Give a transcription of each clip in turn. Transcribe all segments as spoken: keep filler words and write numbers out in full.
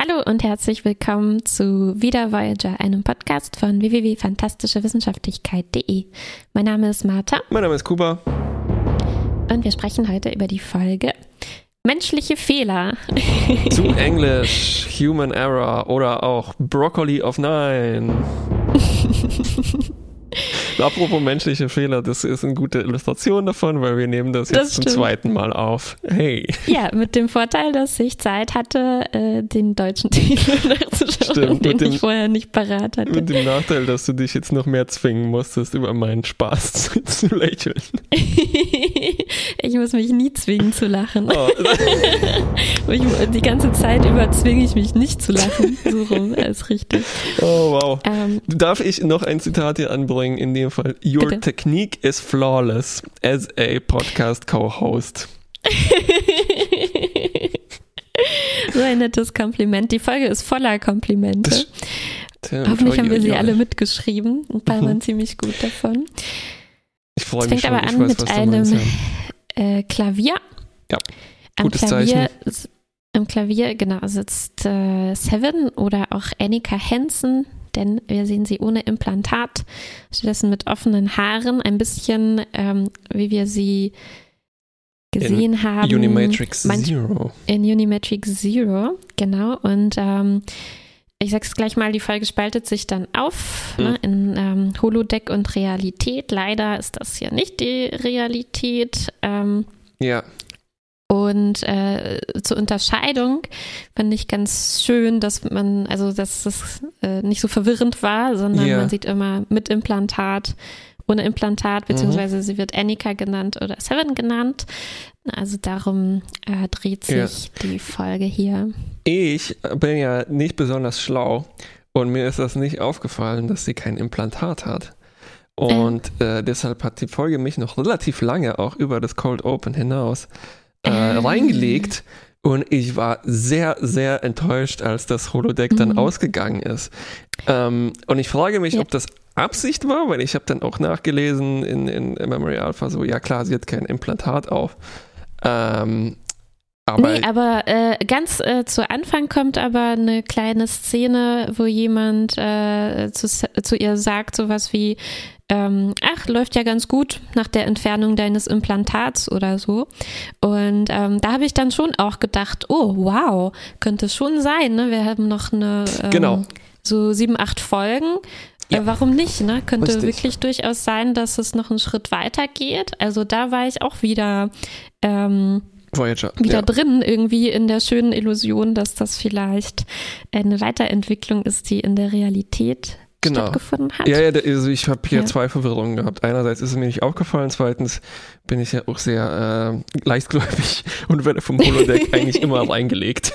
Hallo und herzlich willkommen zu Wieder Voyager, einem Podcast von w w w punkt fantastische wissenschaftlichkeit punkt de. Mein Name ist Martha. Mein Name ist Kuba. Und wir sprechen heute über die Folge Menschliche Fehler. Zu Englisch Human Error oder auch Broccoli of Nine. Apropos menschliche Fehler, das ist eine gute Illustration davon, weil wir nehmen das jetzt das zum zweiten Mal auf. Hey. Ja, mit dem Vorteil, dass ich Zeit hatte, äh, den deutschen Titel nachzuschauen, Stimmt, den dem, ich vorher nicht parat hatte. Mit dem Nachteil, dass du dich jetzt noch mehr zwingen musstest, über meinen Spaß zu, zu lächeln. Ich muss mich nie zwingen zu lachen. Oh. ich, die ganze Zeit über zwinge ich mich nicht zu lachen. So rum, ist richtig. Oh, wow. Ähm, Darf ich noch ein Zitat hier anbringen, in dem Fall, Your Bitte? Technique is flawless as a podcast co-host. So ein nettes Kompliment. Die Folge ist voller Komplimente. Das, das, Hoffentlich haben wir sie ja. alle mitgeschrieben. Ein paar waren mhm. ziemlich gut davon. Ich freue mich schon. Es fängt aber an weiß, mit einem äh, Klavier. Ja, Am gutes Klavier, Zeichen. Am Klavier, genau, sitzt äh, Seven oder auch Annika Hansen, denn wir sehen sie ohne Implantat, stattdessen mit offenen Haaren, ein bisschen ähm, wie wir sie gesehen in haben. Unimatrix manch, Zero. In Unimatrix Zero, genau. Und ähm, ich sag's gleich mal, die Folge spaltet sich dann auf hm. ne, in ähm, Holodeck und Realität. Leider ist das hier nicht die Realität. Ähm, ja. Und äh, zur Unterscheidung fand ich ganz schön, dass man, also dass das äh, nicht so verwirrend war, sondern yeah. man sieht immer mit Implantat, ohne Implantat, beziehungsweise mhm. sie wird Annika genannt oder Seven genannt. Also darum äh, dreht sich yeah. die Folge hier. Ich bin ja nicht besonders schlau und mir ist das nicht aufgefallen, dass sie kein Implantat hat. Und äh. Äh, deshalb hat die Folge mich noch relativ lange auch über das Cold Open hinaus Äh, reingelegt und ich war sehr, sehr enttäuscht, als das Holodeck mhm. dann ausgegangen ist. Ähm, und ich frage mich, ja. ob das Absicht war, weil ich habe dann auch nachgelesen in, in, in Memory Alpha so, ja klar, sie hat kein Implantat auf. Ähm, aber nee, aber äh, ganz äh, zu Anfang kommt aber eine kleine Szene, wo jemand äh, zu, zu ihr sagt, sowas wie, ähm, ach, läuft ja ganz gut nach der Entfernung deines Implantats oder so. Und ähm, da habe ich dann schon auch gedacht, oh, wow, könnte schon sein, ne? Wir haben noch eine ähm, genau. so sieben, acht Folgen. Ja. Äh, warum nicht, ne? Könnte Richtig. wirklich durchaus sein, dass es noch einen Schritt weiter geht. Also da war ich auch wieder ähm, Voyager. wieder ja. drin, irgendwie in der schönen Illusion, dass das vielleicht eine Weiterentwicklung ist, die in der Realität genau. stattgefunden hat. Ja, ja, also ich habe hier ja. zwei Verwirrungen gehabt. Einerseits ist es mir nicht aufgefallen, zweitens bin ich ja auch sehr äh, leichtgläubig und werde vom Holodeck eigentlich immer reingelegt.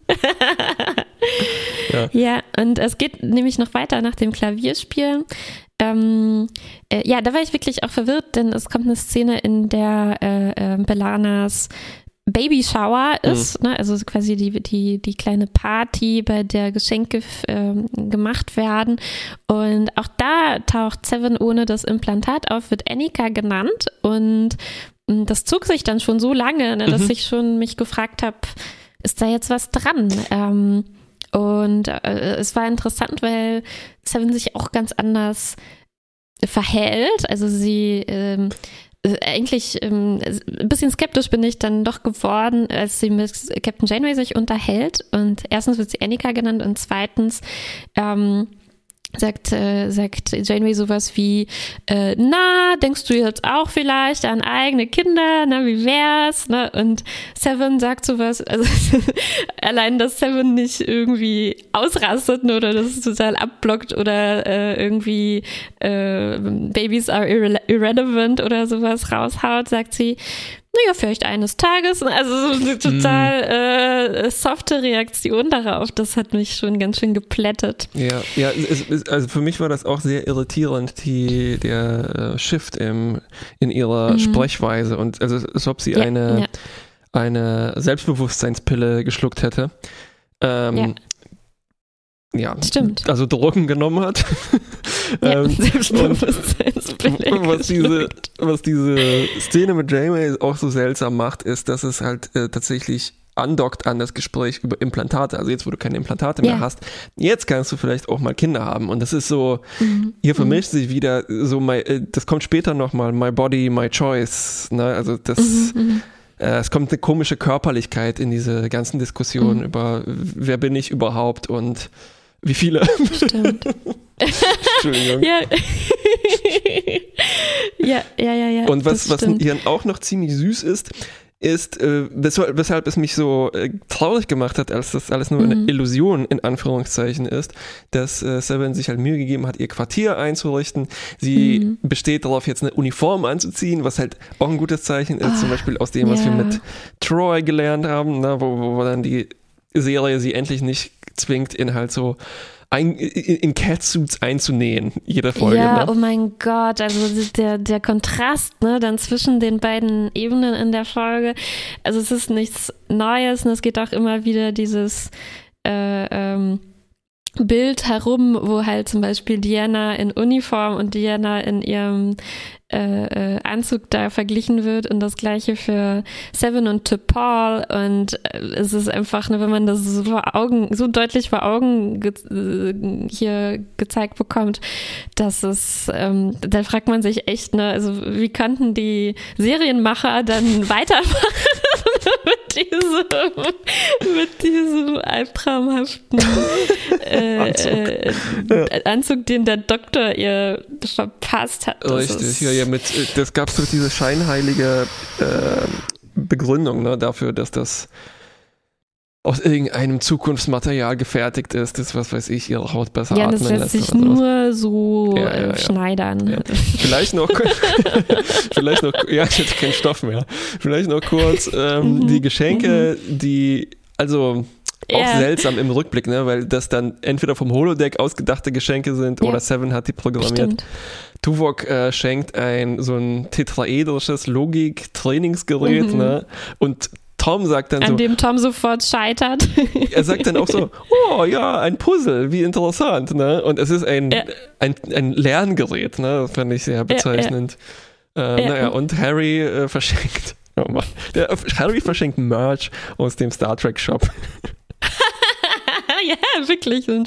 ja. ja, und es geht nämlich noch weiter nach dem Klavierspielen. Ähm, äh, ja, da war ich wirklich auch verwirrt, denn es kommt eine Szene, in der äh, äh, B'Elanas Baby Shower ist, mhm. ne? Also quasi die, die, die kleine Party, bei der Geschenke äh, gemacht werden. Und auch da taucht Seven ohne das Implantat auf, wird Annika genannt. Und mh, das zog sich dann schon so lange, ne, dass mhm. ich schon mich gefragt habe, ist da jetzt was dran? Ähm, und äh, es war interessant, weil Seven sich auch ganz anders verhält. Also sie ähm, eigentlich ähm, ein bisschen skeptisch bin ich dann doch geworden, als sie mit Captain Janeway sich unterhält. Und erstens wird sie Annika genannt und zweitens ähm, sagt, äh, sagt Janeway sowas wie, äh, na, denkst du jetzt auch vielleicht an eigene Kinder, na, wie wär's, ne? Und Seven sagt sowas, also allein, dass Seven nicht irgendwie ausrastet, ne, oder das es total abblockt oder äh, irgendwie äh, Babies are irre- irrelevant oder sowas raushaut, sagt sie, naja, vielleicht eines Tages. Also so eine total äh, softe Reaktion darauf. Das hat mich schon ganz schön geplättet. Ja, ja, es, es, also für mich war das auch sehr irritierend, die, der äh, Shift im, in ihrer mhm. Sprechweise. Und also als ob sie ja, eine, ja. eine Selbstbewusstseinspille geschluckt hätte. Ähm, ja. Ja, stimmt. Also Drogen genommen hat. Ja, ähm, was diese, was diese Szene mit Janeway auch so seltsam macht, ist, dass es halt äh, tatsächlich andockt an das Gespräch über Implantate. Also jetzt, wo du keine Implantate mehr Ja. hast, jetzt kannst du vielleicht auch mal Kinder haben. Und das ist so, Mhm. hier vermischt sich wieder so, my, äh, das kommt später nochmal, my body, my choice. Ne? Also das, Mhm. äh, es kommt eine komische Körperlichkeit in diese ganzen Diskussionen Mhm. über, wer bin ich überhaupt und wie viele. Stimmt. Entschuldigung. Ja. ja, ja, ja, ja. Und was, das was stimmt. hier auch noch ziemlich süß ist, ist, äh, weshalb, weshalb es mich so äh, traurig gemacht hat, als das alles nur eine Mhm. Illusion in Anführungszeichen ist, dass äh, Seven sich halt Mühe gegeben hat, ihr Quartier einzurichten. Sie Mhm. besteht darauf, jetzt eine Uniform anzuziehen, was halt auch ein gutes Zeichen ist, Ah, zum Beispiel aus dem, was ja. wir mit Troy gelernt haben, ne, wo, wo dann die Serie sie endlich nicht zwingt, in halt so ein, in, in Catsuits einzunähen, jede Folge. Ja, ne? oh mein Gott, also der, der Kontrast, ne, dann zwischen den beiden Ebenen in der Folge. Also es ist nichts Neues und es geht auch immer wieder dieses äh, ähm, Bild herum, wo halt zum Beispiel Diana in Uniform und Diana in ihrem äh, äh, Anzug da verglichen wird und das gleiche für Seven und T'Pol und äh, es ist einfach, ne, wenn man das so vor Augen, so deutlich vor Augen ge äh, hier gezeigt bekommt, dass es, ähm, da fragt man sich echt, ne, also wie konnten die Serienmacher dann weitermachen mit diesem, mit diesem albtraumhaften äh, Anzug. äh, Anzug, den der Doktor ihr verpasst hat. Das Richtig, ist- ja, ja, mit, das gab so diese scheinheilige äh, Begründung, ne, dafür, dass das aus irgendeinem Zukunftsmaterial gefertigt ist, das, was weiß ich, ihre Haut besser Ja, atmen das lässt lässt sich oder sowas. nur so Ja, ja, äh, ja. schneidern. Ja. Vielleicht noch, vielleicht noch, ja, ich hätte keinen Stoff mehr. Vielleicht noch kurz ähm, Mhm. die Geschenke, die, also auch Ja. seltsam im Rückblick, ne, weil das dann entweder vom Holodeck ausgedachte Geschenke sind Ja. oder Seven hat die programmiert. Stimmt. Tuvok äh, schenkt ein so ein tetraedrisches Logik-Trainingsgerät, Mhm. ne? Und Tom sagt dann An so, dem Tom sofort scheitert. er sagt dann auch so, oh ja, ein Puzzle, wie interessant, ne? Und es ist ein, Ja. ein, ein Lerngerät, ne? Das fand ich sehr bezeichnend. Äh, Ja. Naja, und Harry äh, verschenkt, oh Mann, der, Harry verschenkt Merch aus dem Star Trek Shop. Ja, wirklich, so ein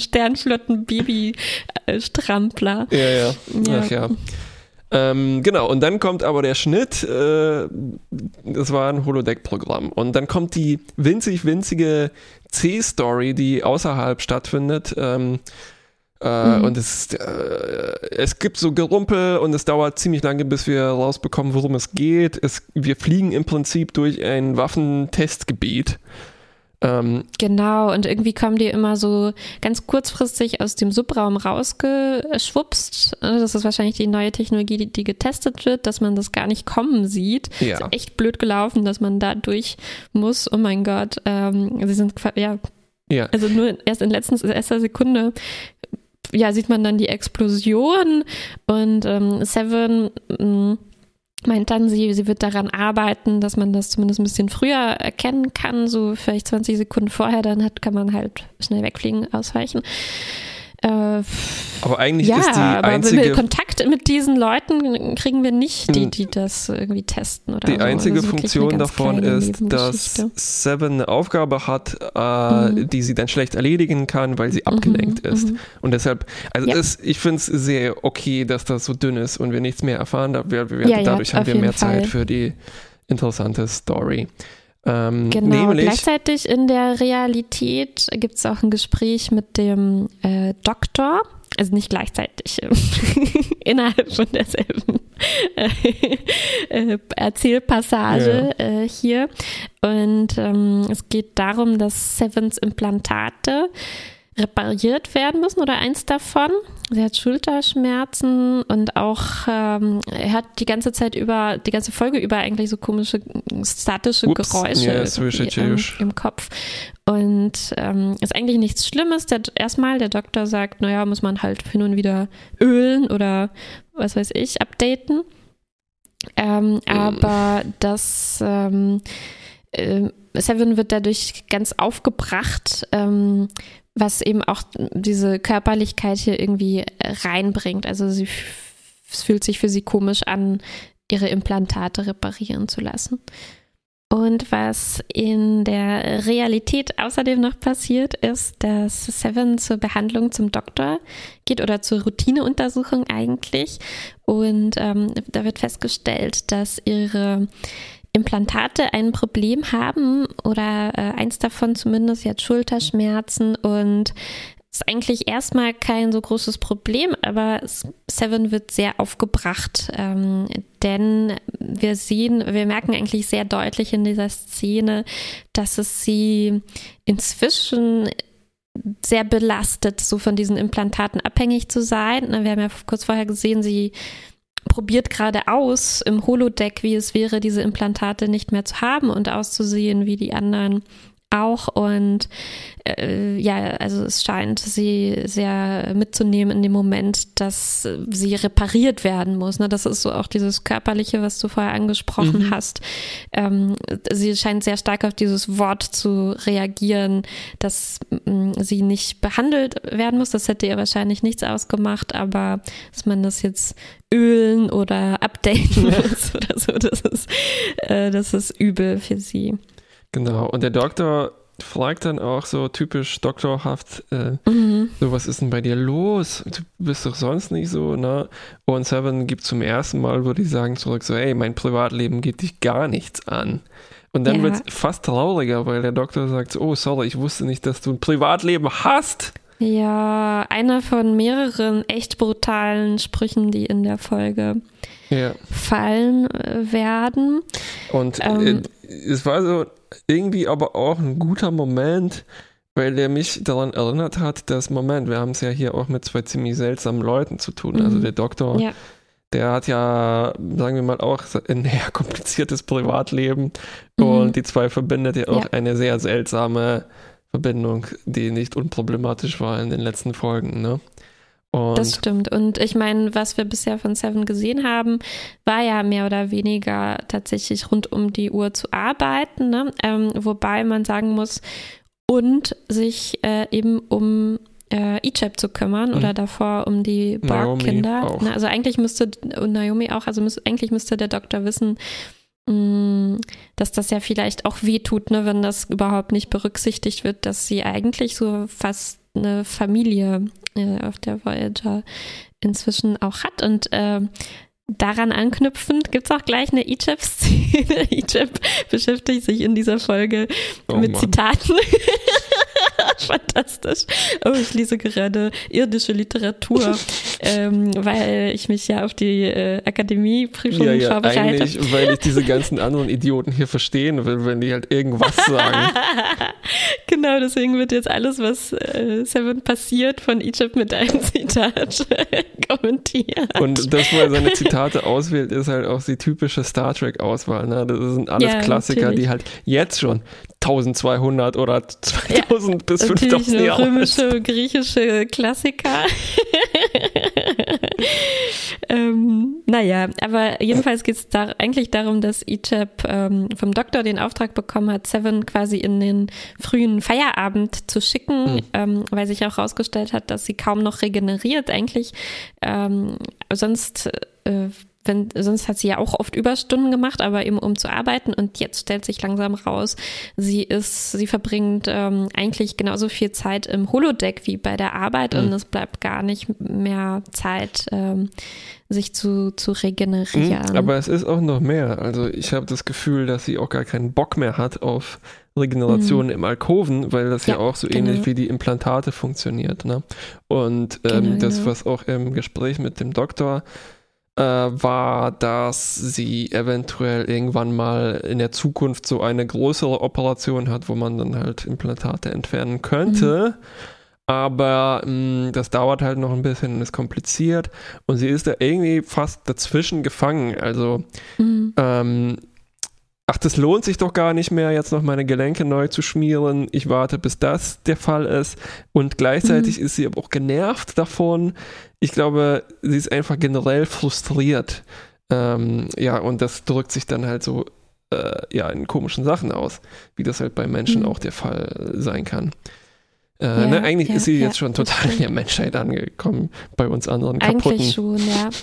Sternflotten-Baby-Strampler. Ja, ja, Ja. ach ja. Ähm, genau, und dann kommt aber der Schnitt, äh, das war ein Holodeck-Programm. Und dann kommt die winzig, winzige C-Story, die außerhalb stattfindet. Ähm, äh, Mhm. Und es, äh, es gibt so Gerumpel und es dauert ziemlich lange, bis wir rausbekommen, worum es geht. Es, wir fliegen im Prinzip durch ein Waffentestgebiet. Ähm, Genau, und irgendwie kommen die immer so ganz kurzfristig aus dem Subraum rausgeschwupst. Das ist wahrscheinlich die neue Technologie, die, die getestet wird, dass man das gar nicht kommen sieht. Ja. Ist echt blöd gelaufen, dass man da durch muss. Oh mein Gott. Ähm, sie sind, qua- ja, ja. also nur erst in letzten, erster Sekunde ja, sieht man dann die Explosion und ähm, Seven mh, meint dann, sie, sie wird daran arbeiten, dass man das zumindest ein bisschen früher erkennen kann, so vielleicht zwanzig Sekunden vorher, dann hat, kann man halt schnell wegfliegen, ausweichen. Äh, Aber eigentlich ja, ist die aber einzige... mit Kontakt mit diesen Leuten kriegen wir nicht, die, die das irgendwie testen oder Die so. einzige Das ist wirklich Funktion eine ganz davon kleine ist, dass Nebengeschichte. Seven eine Aufgabe hat, äh, Mhm. die sie dann schlecht erledigen kann, weil sie abgelenkt Mhm, ist. mhm. Und deshalb, also Ja. es, ich finde es sehr okay, dass das so dünn ist und wir nichts mehr erfahren. Da- Wir, wir, Ja, ja, dadurch haben auf wir jeden mehr Zeit Fall. für die interessante Story. Ähm, Genau, nämlich, gleichzeitig in der Realität gibt es auch ein Gespräch mit dem äh, Doktor, also nicht gleichzeitig, innerhalb von derselben äh, äh, Erzählpassage äh, hier. Und ähm, es geht darum, dass Sevens Implantate repariert werden müssen oder eins davon. Sie hat Schulterschmerzen und auch ähm, er hat die ganze Zeit über, die ganze Folge über eigentlich so komische statische Ups, Geräusche ja, irgendwie, zwischendurch. ähm, im Kopf. Und ähm, ist eigentlich nichts Schlimmes. Der, erstmal, der Doktor sagt, naja, muss man halt hin und wieder ölen oder was weiß ich, updaten. Ähm, aber das ähm, äh, Seven wird dadurch ganz aufgebracht, ähm, was eben auch diese Körperlichkeit hier irgendwie reinbringt. Also sie, es fühlt sich für sie komisch an, ihre Implantate reparieren zu lassen. Und was in der Realität außerdem noch passiert, ist, dass Seven zur Behandlung zum Doktor geht oder zur Routineuntersuchung eigentlich. Und ähm, da wird festgestellt, dass ihre Implantate ein Problem haben oder äh, eins davon zumindest, sie hat Schulterschmerzen und ist eigentlich erstmal kein so großes Problem, aber Seven wird sehr aufgebracht, ähm, denn wir sehen, wir merken eigentlich sehr deutlich in dieser Szene, dass es sie inzwischen sehr belastet, so von diesen Implantaten abhängig zu sein. Wir haben ja kurz vorher gesehen, sie probiert gerade aus im Holodeck, wie es wäre, diese Implantate nicht mehr zu haben und auszusehen wie die anderen auch. Und äh, ja, also es scheint sie sehr mitzunehmen in dem Moment, dass sie repariert werden muss. Ne? Das ist so auch dieses Körperliche, was du vorher angesprochen mhm. hast. Ähm, sie scheint sehr stark auf dieses Wort zu reagieren, dass mh, sie nicht behandelt werden muss. Das hätte ihr wahrscheinlich nichts ausgemacht, aber dass man das jetzt ölen oder updaten muss oder so, das ist, äh, das ist übel für sie. Genau, und der Doktor fragt dann auch so typisch doktorhaft, äh, mhm. so, was ist denn bei dir los? Du bist doch sonst nicht so, ne? Und Seven gibt zum ersten Mal, würde ich sagen, zurück so, ey, mein Privatleben geht dich gar nichts an. Und dann ja. wird es fast trauriger, weil der Doktor sagt so, oh, sorry, ich wusste nicht, dass du ein Privatleben hast. Ja, einer von mehreren echt brutalen Sprüchen, die in der Folge ja. fallen werden. Und ähm, äh, es war so irgendwie aber auch ein guter Moment, weil der mich daran erinnert hat, dass, Moment, wir haben es ja hier auch mit zwei ziemlich seltsamen Leuten zu tun. Mhm. Also der Doktor, ja. der hat ja, sagen wir mal, auch ein eher kompliziertes Privatleben mhm. und die zwei verbindet ja auch ja. eine sehr seltsame Verbindung, die nicht unproblematisch war in den letzten Folgen, ne? Und das stimmt. Und ich meine, was wir bisher von Seven gesehen haben, war ja mehr oder weniger tatsächlich rund um die Uhr zu arbeiten, ne? Ähm, wobei man sagen muss, und sich äh, eben um äh, Icheb zu kümmern mhm. oder davor um die Borg-Kinder. Ne? Also eigentlich müsste, und Naomi auch, also müß, eigentlich müsste der Doktor wissen, mh, dass das ja vielleicht auch wehtut, ne, wenn das überhaupt nicht berücksichtigt wird, dass sie eigentlich so fast eine Familie äh, auf der Voyager inzwischen auch hat. Und äh, daran anknüpfend gibt es auch gleich eine Icheb-Szene. Icheb beschäftigt sich in dieser Folge oh, mit Mann. Zitaten. Fantastisch. Oh, ich lese gerade irdische Literatur, ähm, weil ich mich ja auf die äh, Akademieprüfung ja, ja, vorbereite. Eigentlich, weil ich diese ganzen anderen Idioten hier verstehen will, wenn die halt irgendwas sagen. Genau, deswegen wird jetzt alles, was äh, Seven passiert, von Icheb mit einem Zitat kommentiert. Und das, wo er seine Zitate auswählt, ist halt auch die typische Star Trek-Auswahl. Ne? Das sind alles ja, Klassiker, natürlich. Die halt jetzt schon zwölfhundert oder zweitausend ja, bis fünftausend Jahre. Römische, griechische Klassiker. ähm, naja, aber jedenfalls geht es da eigentlich darum, dass Icheb ähm, vom Doktor den Auftrag bekommen hat, Seven quasi in den frühen Feierabend zu schicken, mhm. ähm, weil sich auch herausgestellt hat, dass sie kaum noch regeneriert eigentlich. Ähm, sonst äh, Wenn, sonst hat sie ja auch oft Überstunden gemacht, aber eben um zu arbeiten, und jetzt stellt sich langsam raus, sie ist, sie verbringt ähm, eigentlich genauso viel Zeit im Holodeck wie bei der Arbeit, mhm. und es bleibt gar nicht mehr Zeit, ähm, sich zu, zu regenerieren. Mhm, aber es ist auch noch mehr. Also ich habe das Gefühl, dass sie auch gar keinen Bock mehr hat auf Regeneration mhm. im Alkoven, weil das ja, ja auch so genau. ähnlich wie die Implantate funktioniert. Ne? Und ähm, genau, das, genau. was auch im Gespräch mit dem Doktor Äh, war, dass sie eventuell irgendwann mal in der Zukunft so eine größere Operation hat, wo man dann halt Implantate entfernen könnte. Mhm. Aber mh, das dauert halt noch ein bisschen und ist kompliziert. Und sie ist da irgendwie fast dazwischen gefangen. Also, mhm. ähm, ach, das lohnt sich doch gar nicht mehr, jetzt noch meine Gelenke neu zu schmieren. Ich warte, bis das der Fall ist. Und gleichzeitig mhm. ist sie aber auch genervt davon. Ich glaube, sie ist einfach generell frustriert. Ähm, ja, und das drückt sich dann halt so äh, ja, in komischen Sachen aus, wie das halt bei Menschen mhm. auch der Fall sein kann. Äh, ja, ne, eigentlich ja, ist sie ja, jetzt schon total in der Menschheit angekommen, bei uns anderen kaputten. Eigentlich schon, ja.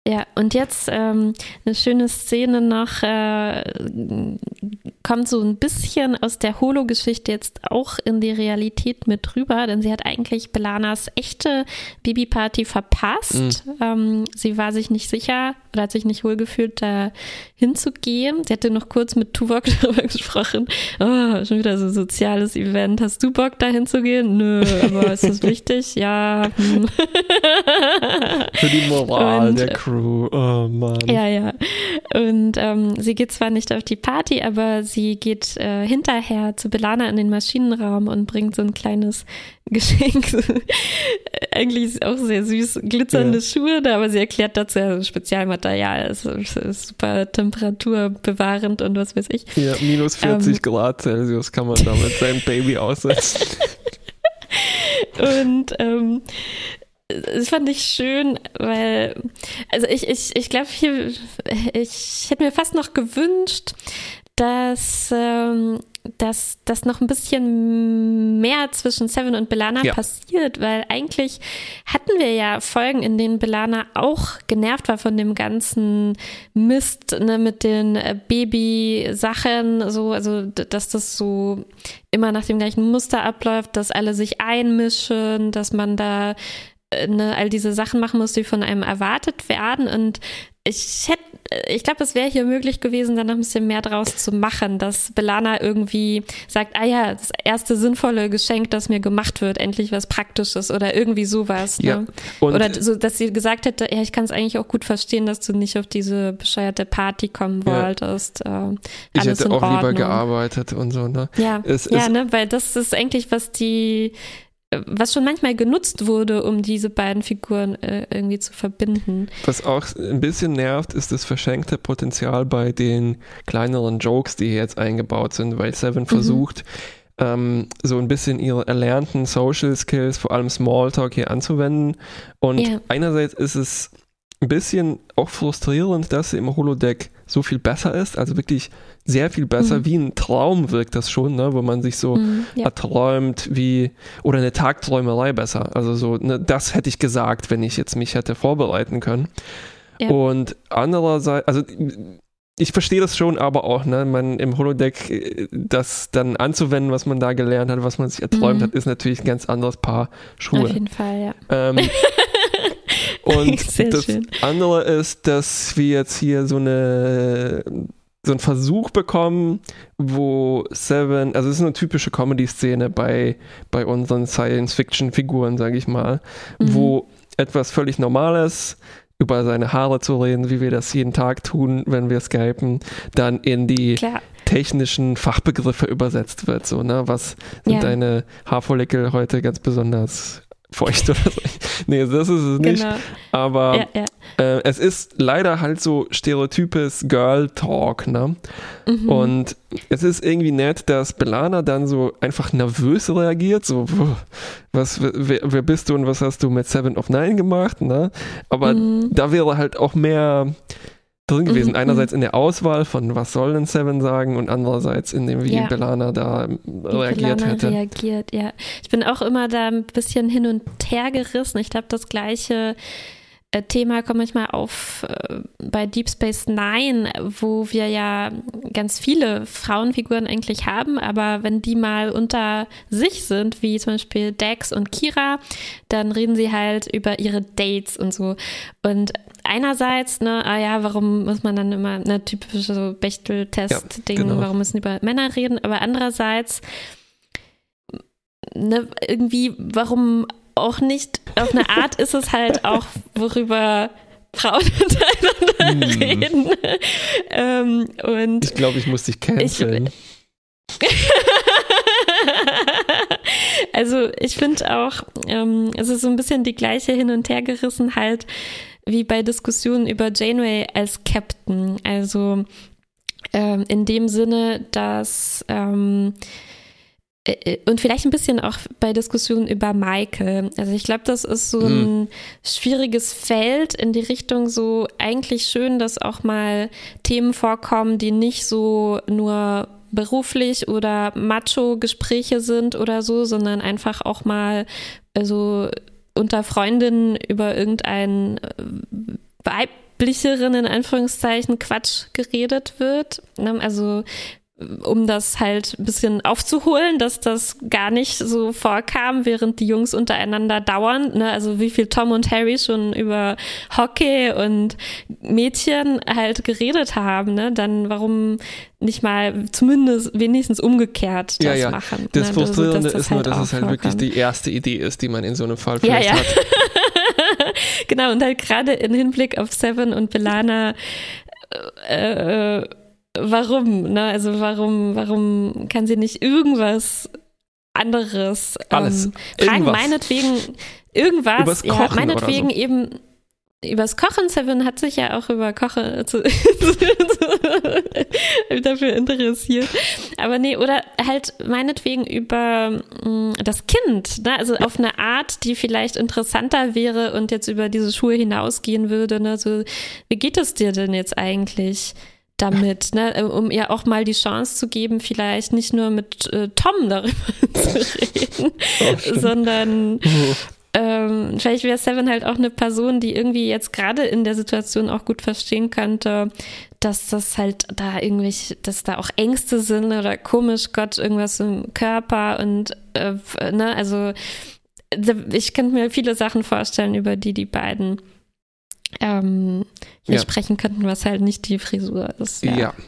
Ja, und jetzt ähm, eine schöne Szene noch, äh, kommt so ein bisschen aus der Holo-Geschichte jetzt auch in die Realität mit rüber, denn sie hat eigentlich Belanas echte Babyparty verpasst. Mhm. Ähm, sie war sich nicht sicher oder hat sich nicht wohlgefühlt, da hinzugehen. Sie hatte noch kurz mit Tuvok darüber gesprochen. Oh, schon wieder so ein soziales Event. Hast du Bock, da hinzugehen? Nö, aber ist das wichtig? Ja. Hm. Für die Moral und, der Crew. Oh Mann. Ja, ja. Und ähm, sie geht zwar nicht auf die Party, aber sie geht äh, hinterher zu B'Elanna in den Maschinenraum und bringt so ein kleines Geschenk. Eigentlich ist es auch sehr süß, glitzernde ja. Schuhe da, aber sie erklärt dazu, ja, Spezialmaterial ist, ist super temperaturbewahrend und was weiß ich. Ja, minus vierzig ähm, Grad Celsius kann man damit sein Baby aussetzen. Und ähm, das fand ich schön, weil, also ich, ich, ich glaube, hier, ich hätte mir fast noch gewünscht, dass, ähm, dass, dass noch ein bisschen mehr zwischen Seven und B'Elanna ja. passiert, weil eigentlich hatten wir ja Folgen, in denen B'Elanna auch genervt war von dem ganzen Mist, ne, mit den Baby-Sachen, so, also dass das so immer nach dem gleichen Muster abläuft, dass alle sich einmischen, dass man da Ne, all diese Sachen machen muss, die von einem erwartet werden. Und ich hätte, ich glaube, es wäre hier möglich gewesen, da noch ein bisschen mehr draus zu machen, dass B'Elanna irgendwie sagt, ah ja, das erste sinnvolle Geschenk, das mir gemacht wird, endlich was Praktisches oder irgendwie sowas. Ne? Ja, oder so, dass sie gesagt hätte, ja, ich kann es eigentlich auch gut verstehen, dass du nicht auf diese bescheuerte Party kommen wolltest. Ja. Äh, ich hätte auch Ordnung. Lieber gearbeitet und so. Ne? Ja, es, ja es, ne, weil das ist eigentlich, was die was schon manchmal genutzt wurde, um diese beiden Figuren äh, irgendwie zu verbinden. Was auch ein bisschen nervt, ist das verschenkte Potenzial bei den kleineren Jokes, die hier jetzt eingebaut sind, weil Seven mhm. versucht, ähm, so ein bisschen ihre erlernten Social Skills, vor allem Smalltalk hier anzuwenden. Und yeah. einerseits ist es ein bisschen auch frustrierend, dass sie im Holodeck so viel besser ist, also wirklich sehr viel besser, mhm. wie ein Traum wirkt das schon, ne, wo man sich so mhm, ja. erträumt, wie, oder eine Tagträumerei besser, also so, ne, das hätte ich gesagt, wenn ich jetzt mich hätte vorbereiten können. Ja. Und andererseits, also ich verstehe das schon, aber auch, ne, man im Holodeck das dann anzuwenden, was man da gelernt hat, was man sich erträumt mhm. hat, ist natürlich ein ganz anderes Paar Schuhe. Auf jeden Fall, ja. Ähm, Und Sehr das schön. andere ist, dass wir jetzt hier so eine so einen Versuch bekommen, wo Seven, also es ist eine typische Comedy-Szene bei, bei unseren Science-Fiction-Figuren, sage ich mal, mhm. wo etwas völlig Normales, über seine Haare zu reden, wie wir das jeden Tag tun, wenn wir skypen, dann in die Klar. technischen Fachbegriffe übersetzt wird. So, ne? Was sind ja. deine Haarfollikel heute ganz besonders feucht oder so? Nee, das ist es nicht. Genau. Aber ja, ja. Äh, es ist leider halt so stereotypes Girl-Talk, ne? Mhm. Und es ist irgendwie nett, dass B'Elanna dann so einfach nervös reagiert, so, was, wer, wer bist du und was hast du mit Seven of Nine gemacht, ne? Aber mhm. da wäre halt auch mehr drin gewesen. Mhm. Einerseits in der Auswahl von was soll denn Seven sagen und andererseits in dem, wie ja. B'Elanna da wie reagiert B'Elanna hätte. reagiert, ja. Ich bin auch immer da ein bisschen hin und her gerissen. Ich glaube, das gleiche äh, Thema kommt manchmal auf äh, bei Deep Space Nine, wo wir ja ganz viele Frauenfiguren eigentlich haben, aber wenn die mal unter sich sind, wie zum Beispiel Dax und Kira, dann reden sie halt über ihre Dates und so. Und einerseits, ne, ah ja, warum muss man dann immer eine typische so Bechtel-Test-Ding, ja, genau. warum müssen über Männer reden, aber andererseits, ne, irgendwie, warum auch nicht, auf eine Art ist es halt auch, worüber Frauen miteinander hm. reden. ähm, und ich glaube, ich muss dich canceln. Also ich finde auch, ähm, es ist so ein bisschen die gleiche Hin- und Hergerissenheit wie bei Diskussionen über Janeway als Captain. Also ähm, in dem Sinne, dass ähm, äh, und vielleicht ein bisschen auch bei Diskussionen über Michael. Also ich glaube, das ist so ein mhm. schwieriges Feld in die Richtung so eigentlich schön, dass auch mal Themen vorkommen, die nicht so nur beruflich oder Macho-Gespräche sind oder so, sondern einfach auch mal also unter Freundinnen über irgendein sachlicheren, in Anführungszeichen, Quatsch geredet wird. Ne? Also um das halt ein bisschen aufzuholen, dass das gar nicht so vorkam, während die Jungs untereinander dauernd, ne, also wie viel Tom und Harry schon über Hockey und Mädchen halt geredet haben, ne, dann warum nicht mal zumindest wenigstens umgekehrt das ja, ja. machen. Das ne? Frustrierende also, das ist nur, halt dass es halt vorkommt. wirklich die erste Idee ist, die man in so einem Fall vielleicht ja, ja. hat. Genau, und halt gerade im Hinblick auf Seven und B'Elanna äh, äh, warum, ne? Also warum, warum kann sie nicht irgendwas anderes ähm, Alles. fragen? Irgendwas. Meinetwegen irgendwas, Übers ja, Kochen meinetwegen oder so. eben übers Kochen. Seven hat sich ja auch über Kochen zu, dafür interessiert. Aber nee, oder halt meinetwegen über mh, das Kind, ne? Also auf eine Art, die vielleicht interessanter wäre und jetzt über diese Schuhe hinausgehen würde. Ne? So, wie geht es dir denn jetzt eigentlich damit, ne? Um ihr auch mal die Chance zu geben, vielleicht nicht nur mit äh, Tom darüber zu reden, Oh, sondern Oh. ähm, vielleicht wäre Seven halt auch eine Person, die irgendwie jetzt gerade in der Situation auch gut verstehen könnte, dass das halt da irgendwelche, dass da auch Ängste sind oder komisch Gott irgendwas im Körper und äh, ne, also ich könnte mir viele Sachen vorstellen, über die die beiden ähm, hier Ja. sprechen könnten, was halt nicht die Frisur ist. Ja. Ja.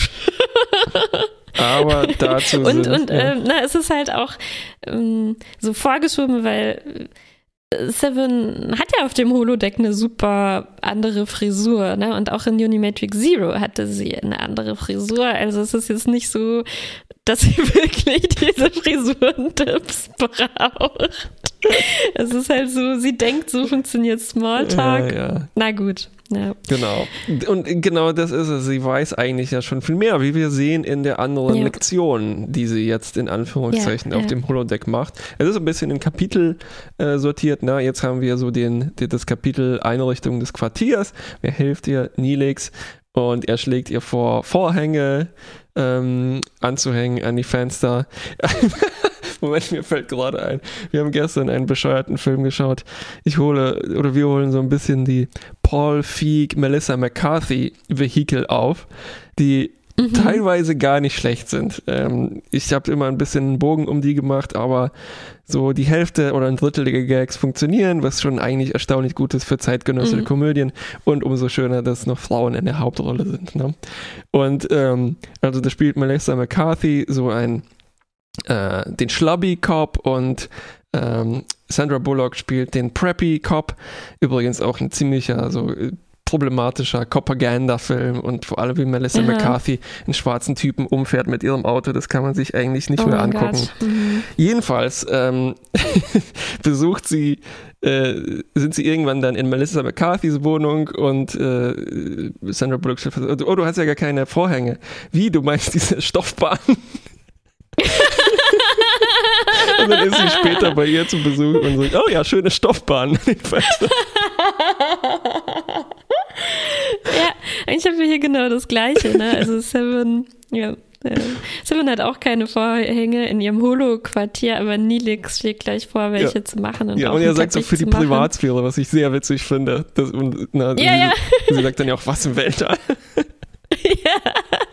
Aber dazu und sind, und ja. ähm, na, es ist halt auch ähm, so vorgeschoben, weil Seven hat ja auf dem Holodeck eine super andere Frisur, ne? Und auch in Unimatrix Zero hatte sie eine andere Frisur. Also es ist jetzt nicht so, dass sie wirklich diese Frisuren-Tipps braucht. Es ist halt so, sie denkt, so funktioniert Smalltalk. Ja, ja. Na gut. Ja. Genau. Und genau das ist es. Sie weiß eigentlich ja schon viel mehr, wie wir sehen in der anderen Ja. Lektion, die sie jetzt in Anführungszeichen Ja, auf ja. dem Holodeck macht. Es ist ein bisschen in Kapitel äh, sortiert. Na, jetzt haben wir so den, den, das Kapitel Einrichtung des Quartiers. Wer hilft ihr? Nilix. Und er schlägt ihr vor, Vorhänge ähm, anzuhängen an die Fenster. Moment, mir fällt gerade ein. Wir haben gestern einen bescheuerten Film geschaut. Ich hole, oder wir holen so ein bisschen die Paul Feig, Melissa McCarthy Vehikel auf, die mhm. teilweise gar nicht schlecht sind. Ähm, ich habe immer ein bisschen einen Bogen um die gemacht, aber so die Hälfte oder ein Drittel der Gags funktionieren, was schon eigentlich erstaunlich gut ist für zeitgenössische mhm. Komödien, und umso schöner, dass noch Frauen in der Hauptrolle sind. Ne? Und ähm, also da spielt Melissa McCarthy so ein äh, den Schlubby Cop, und ähm, Sandra Bullock spielt den Preppy Cop. Übrigens auch ein ziemlicher, so äh, problematischer Propaganda-Film, und vor allem wie Melissa Aha. McCarthy einen schwarzen Typen umfährt mit ihrem Auto, das kann man sich eigentlich nicht Oh mehr mein angucken. Mhm. Jedenfalls ähm, besucht sie, äh, sind sie irgendwann dann in Melissa McCarthys Wohnung, und äh, Sandra Bullock stellt fest, oh, du hast ja gar keine Vorhänge. Wie, du meinst diese Stoffbahn? Und dann ist sie später bei ihr zu Besuch und sagt, oh ja, schöne Stoffbahn. Ja, ich habe hier genau das Gleiche, ne? Also Seven, ja, ja. Seven hat auch keine Vorhänge in ihrem Holo-Quartier, aber Nilix schlägt gleich vor, welche ja. zu machen. Und ja, auch und er einen sagt so Teppich für die zu machen. Privatsphäre, was ich sehr witzig finde. Das, und, na, Ja, sie, ja. sie sagt dann ja auch, was im Weltall. Ja.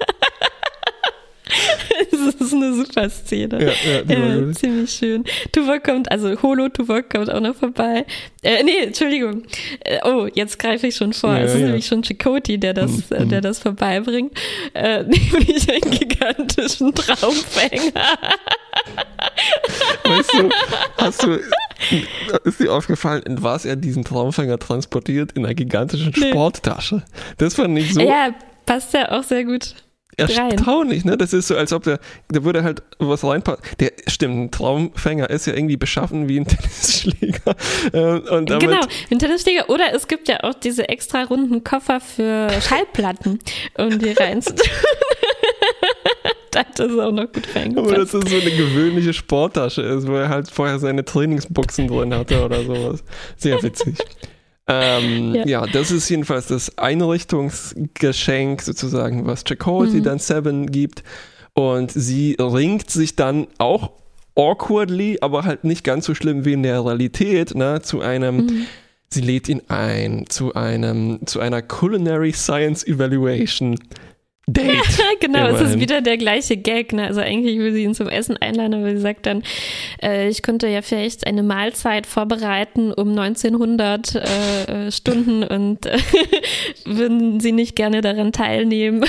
Das ist eine super Szene. Ja, ja, die war Ja, gut. ziemlich schön. Tuvok kommt, also Holo Tuvok kommt auch noch vorbei. Äh, nee, Entschuldigung. Äh, oh, jetzt greife ich schon vor. Ja, es ist ja. nämlich schon Chakotay, der das, Mhm. äh, der das vorbeibringt. Äh, nämlich einen gigantischen Traumfänger. Weißt du, hast du, ist dir aufgefallen, in was er diesen Traumfänger transportiert? In einer gigantischen Nee. Sporttasche. Das fand ich so Ja, passt ja auch sehr gut. erstaunlich, ne? Das ist so, als ob der, der würde halt was reinpassen. Der, stimmt, ein Traumfänger ist ja irgendwie beschaffen wie ein Tennisschläger. Ähm, und damit, Genau, ein Tennisschläger. Oder es gibt ja auch diese extra runden Koffer für Schallplatten, um die reinzutun. Da hat das auch noch gut aber reingepasst. dass das so eine gewöhnliche Sporttasche ist, wo er halt vorher seine Trainingsbuchsen drin hatte oder sowas. Sehr witzig. Ähm, ja. Ja. ja, das ist jedenfalls das Einrichtungsgeschenk sozusagen, was Chakotay Mhm. dann Seven gibt, und sie ringt sich dann auch awkwardly, aber halt nicht ganz so schlimm wie in der Realität, ne, zu einem Mhm. sie lädt ihn ein zu einem, zu einer Culinary Science Evaluation Date. Genau, immerhin. Es ist wieder der gleiche Gag. Ne? Also eigentlich will sie ihn zum Essen einladen, aber sie sagt dann, äh, ich könnte ja vielleicht eine Mahlzeit vorbereiten um neunzehnhundert äh, Stunden und äh, würden sie nicht gerne daran teilnehmen.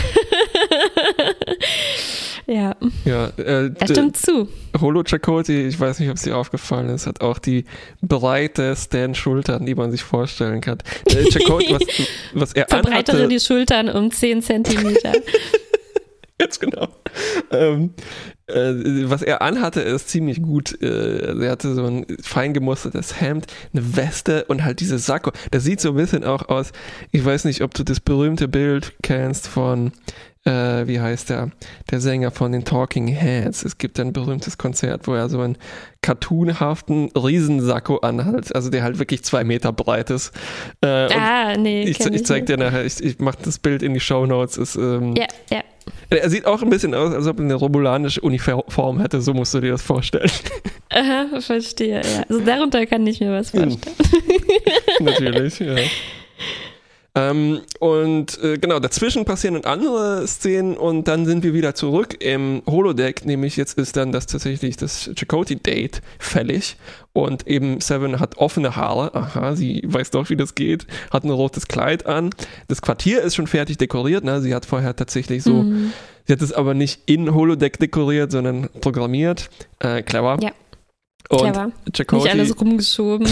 Ja, ja äh, das stimmt zu. Holo Chakotay, ich weiß nicht, ob es dir aufgefallen ist, hat auch die breitesten Schultern, die man sich vorstellen kann. Äh, Chakotay, was, was er Verbreitere anhatte, die Schultern um zehn Zentimeter. Ganz genau. Ähm, äh, was er anhatte, ist ziemlich gut. Äh, er hatte so ein fein gemustertes Hemd, eine Weste und halt diese Sakko. Das sieht so ein bisschen auch aus, ich weiß nicht, ob du das berühmte Bild kennst von Äh, wie heißt der, der Sänger von den Talking Heads. Es gibt ein berühmtes Konzert, wo er so einen cartoonhaften Riesensacko anhat, also der halt wirklich zwei Meter breit ist. Äh, ah, nee, ich, ich, ich zeig dir nachher, ich, ich mach das Bild in die Shownotes. Ist, ähm, ja, ja. Er sieht auch ein bisschen aus, als ob er eine romulanische Uniform hätte, so musst du dir das vorstellen. Aha, verstehe, ja. Also darunter kann ich mir was vorstellen. Natürlich, ja. Ähm, und äh, genau, dazwischen passieren dann andere Szenen und dann sind wir wieder zurück im Holodeck, nämlich jetzt ist dann das tatsächlich das Chakotay-Date fällig und eben Seven hat offene Haare, aha, sie weiß doch, wie das geht, hat ein rotes Kleid an, das Quartier ist schon fertig dekoriert, ne? Sie hat vorher tatsächlich so, mhm. sie hat es aber nicht in Holodeck dekoriert, sondern programmiert, äh, clever. Ja, und clever, Chakotay, nicht alles rumgeschoben.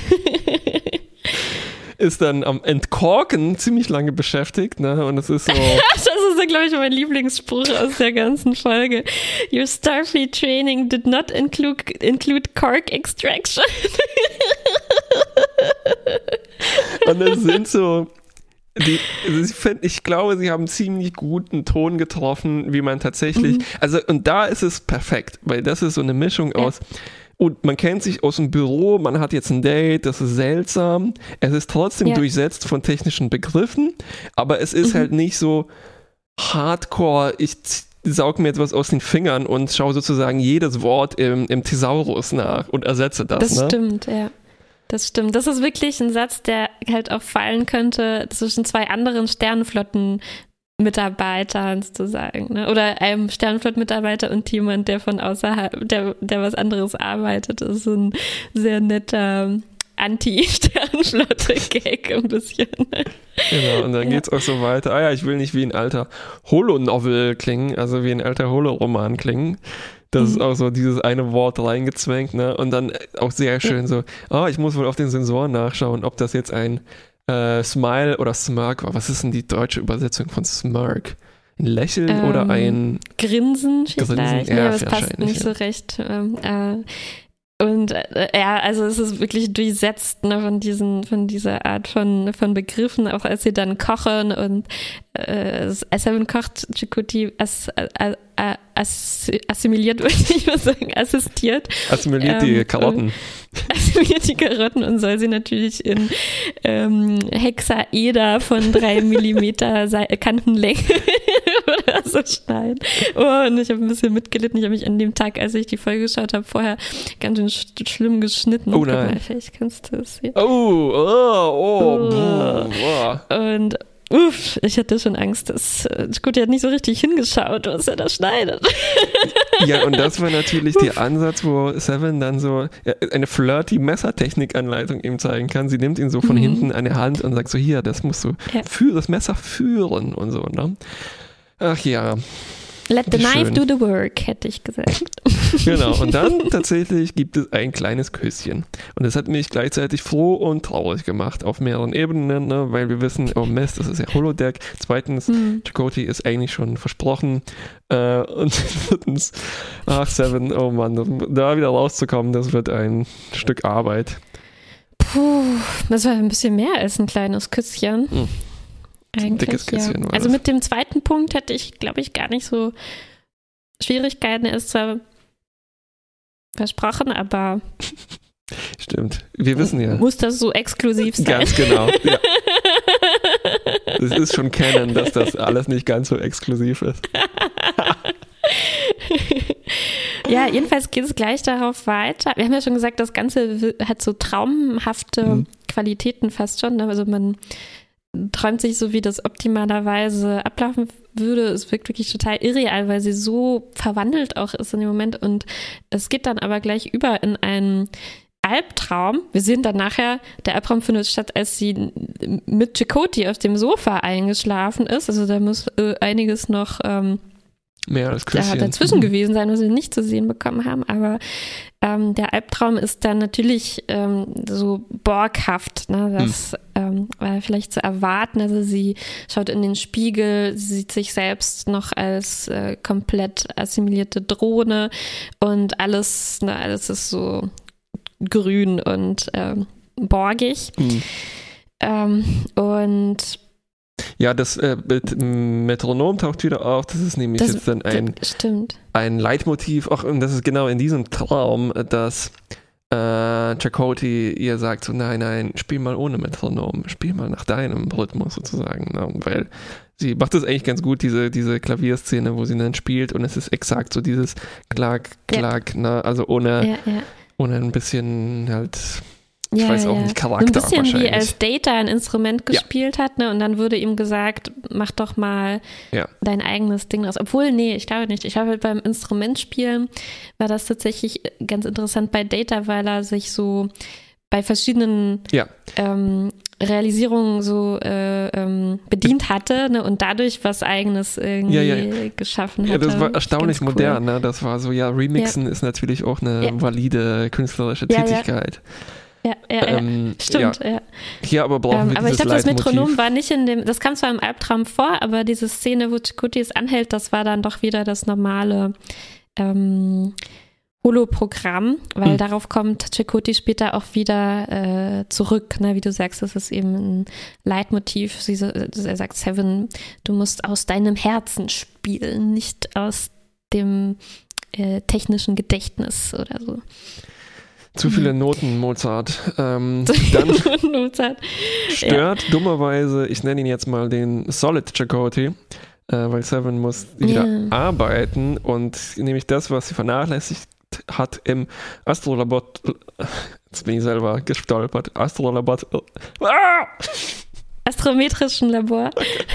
ist dann am Entkorken ziemlich lange beschäftigt, ne? Und es ist so. Das ist ja, glaube ich, mein Lieblingsspruch aus der ganzen Folge. Your Starfleet training did not include, include cork extraction. Und es sind so. Die, ich, find, ich glaube, sie haben ziemlich guten Ton getroffen, wie man tatsächlich. Mhm. Also, und da ist es perfekt, weil das ist so eine Mischung ja. aus. Und man kennt sich aus dem Büro, man hat jetzt ein Date, das ist seltsam. Es ist trotzdem ja. durchsetzt von technischen Begriffen, aber es ist mhm. halt nicht so hardcore, ich saug mir etwas aus den Fingern und schaue sozusagen jedes Wort im, im Thesaurus nach und ersetze das. Das ne? stimmt, ja. Das stimmt. Das ist wirklich ein Satz, der halt auch fallen könnte zwischen zwei anderen Sternenflotten Mitarbeitern sozusagen, ne? Oder einem Sternenflotten-Mitarbeiter und jemand, der von außerhalb, der, der was anderes arbeitet. Das ist so ein sehr netter Anti-Sternenflotte-Gag ein bisschen. Genau, und dann ja. geht's auch so weiter. Ah ja, ich will nicht wie ein alter Holo-Novel klingen, also wie ein alter Holo-Roman klingen. Das mhm. ist auch so dieses eine Wort reingezwängt, ne? Und dann auch sehr schön ja. so, oh, ich muss wohl auf den Sensoren nachschauen, ob das jetzt ein Äh, Smile oder Smirk war. Was ist denn die deutsche Übersetzung von Smirk? Ein Lächeln ähm, oder ein Grinsen vielleicht? Grinsen? Ja, ja, das passt nicht ja. so recht. Ähm, äh, und äh, ja, also es ist wirklich durchsetzt, ne, von diesen, von dieser Art von, von Begriffen, auch als sie dann kochen und äh, Seven kocht, Chakotay as, as, as, assimiliert, würde ich mal sagen, assistiert. Assimiliert ähm, die Karotten. Assimiliert die Karotten und soll sie natürlich in ähm, Hexaeder von drei Millimeter Kantenlänge oder so schneiden. Oh, und ich habe ein bisschen mitgelitten. Ich habe mich an dem Tag, als ich die Folge geschaut habe, vorher ganz schön sch- schlimm geschnitten. Oh nein. Vielleicht kannst du es hier. Oh, oh, oh. oh. oh. Und uff, ich hatte schon Angst, dass Chakotay hat nicht so richtig hingeschaut, was er da schneidet. Ja, und das war natürlich der Ansatz, wo Seven dann so eine flirty Messertechnik-Anleitung ihm zeigen kann. Sie nimmt ihn so von mhm. hinten an der Hand und sagt so, hier, das musst du ja. für das Messer führen und so, ne? Ach ja. Let the knife do the work, hätte ich gesagt. Genau, und dann tatsächlich gibt es ein kleines Küsschen. Und das hat mich gleichzeitig froh und traurig gemacht, auf mehreren Ebenen, ne? Weil wir wissen, oh Mist, das ist ja Holodeck. Zweitens, mhm. Chakotay ist eigentlich schon versprochen. Äh, und drittens, ach Seven, oh Mann, da wieder rauszukommen, das wird ein Stück Arbeit. Puh, das war ein bisschen mehr als ein kleines Küsschen. Mhm. Eigentlich, dickes Küsschen ja. war Also das. Mit dem zweiten Punkt hätte ich, glaube ich, gar nicht so Schwierigkeiten. Er ist zwar versprochen, aber stimmt, wir wissen ja. Muss das so exklusiv sein? Ganz genau, ja. Es ist schon Canon, dass das alles nicht ganz so exklusiv ist. Ja, jedenfalls geht es gleich darauf weiter. Wir haben ja schon gesagt, das Ganze hat so traumhafte mhm. Qualitäten fast schon. Also man träumt sich so, wie das optimalerweise ablaufen würde. Es wirkt wirklich total irreal, weil sie so verwandelt auch ist in dem Moment. Und es geht dann aber gleich über in einen Albtraum. Wir sehen dann nachher, der Albtraum findet statt, als sie mit Chakotay auf dem Sofa eingeschlafen ist. Also da muss äh, einiges noch ähm, mehr als Küsschen da dazwischen gewesen sein, was wir nicht zu sehen bekommen haben. Aber ähm, der Albtraum ist dann natürlich ähm, so borghaft. Ne? Das hm. ähm, war vielleicht zu erwarten. Also sie schaut in den Spiegel, sie sieht sich selbst noch als äh, komplett assimilierte Drohne und alles, ne, alles ist so grün und ähm, borgig. Hm. Ähm, und ja, das äh, Metronom taucht wieder auf. Das ist nämlich das, jetzt dann ein, stimmt. ein Leitmotiv. Auch, und das ist genau in diesem Traum, dass äh, Chakotay ihr sagt, so nein, nein, spiel mal ohne Metronom. Spiel mal nach deinem Rhythmus sozusagen. Ne? Weil sie macht das eigentlich ganz gut, diese, diese Klavierszene, wo sie dann spielt. Und es ist exakt so dieses Klack, Klack. Ja. Ne? Also ohne... Ja, ja. Ohne ein bisschen halt, ich ja, weiß auch ja. nicht, Charakter ein bisschen wahrscheinlich. Wie als Data ein Instrument gespielt ja. hat, ne? Und dann wurde ihm gesagt, mach doch mal ja. dein eigenes Ding raus. Obwohl, nee, ich glaube nicht. Ich glaube, beim Instrumentspielen war das tatsächlich ganz interessant bei Data, weil er sich so bei verschiedenen ja. ähm, Realisierungen so äh, ähm, bedient hatte, ne, und dadurch was Eigenes irgendwie ja, ja. geschaffen hatte. Ja, das war erstaunlich cool. modern, ne? Das war so, ja, Remixen ja. ist natürlich auch eine ja. valide künstlerische Tätigkeit. Ja, ja, ja, ähm, ja. stimmt, ja. ja. Hier aber brauchen ähm, wir aber dieses ich glaube, das Leitmotiv. Metronom war nicht in dem, das kam zwar im Albtraum vor, aber diese Szene, wo Chakotay es anhält, das war dann doch wieder das normale ähm, Holoprogramm, weil hm. darauf kommt Chakotay später auch wieder äh, zurück, ne? Wie du sagst, das ist eben ein Leitmotiv. Sie, er sagt, Seven, du musst aus deinem Herzen spielen, nicht aus dem äh, technischen Gedächtnis oder so. Zu viele Noten, Mozart. Ähm, dann Noten, Mozart. Stört ja. dummerweise, ich nenne ihn jetzt mal den Solid Chakotay, äh, weil Seven muss wieder yeah. arbeiten und nämlich das, was sie vernachlässigt hat im Astrolabor, jetzt bin ich selber gestolpert, Astrolabor, ah! astrometrischen Labor,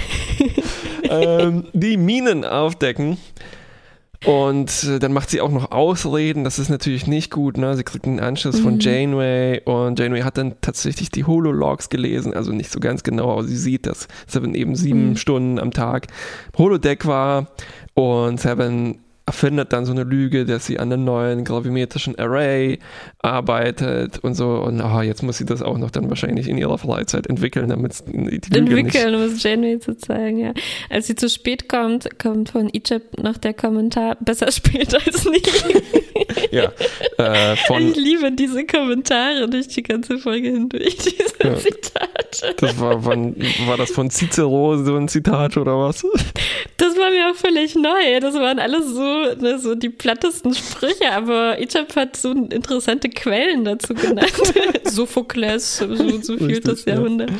ähm, die Minen aufdecken. Und äh, dann macht sie auch noch Ausreden, das ist natürlich nicht gut, ne? Sie kriegt einen Anschluss mhm. von Janeway und Janeway hat dann tatsächlich die Holologs gelesen, also nicht so ganz genau, aber sie sieht, dass Seven eben sieben mhm. Stunden am Tag Holodeck war und Seven erfindet dann so eine Lüge, dass sie an einem neuen gravimetrischen Array arbeitet und so. Und oh, jetzt muss sie das auch noch dann wahrscheinlich in ihrer Freizeit entwickeln, damit die Lüge entwickeln, nicht... um es Janeway zu zeigen, ja. Als sie zu spät kommt, kommt von Egypt noch der Kommentar, besser spät als nie. ja, äh, von, ich liebe diese Kommentare durch die ganze Folge hindurch, diese ja, Zitate. Das war, von, war das von Cicero so ein Zitat oder was? Das war mir auch völlig neu. Das waren alles so, ne, so die plattesten Sprüche, aber Egypt hat so interessante Quellen dazu genannt. Sophokles, so, so viel das Jahrhundert.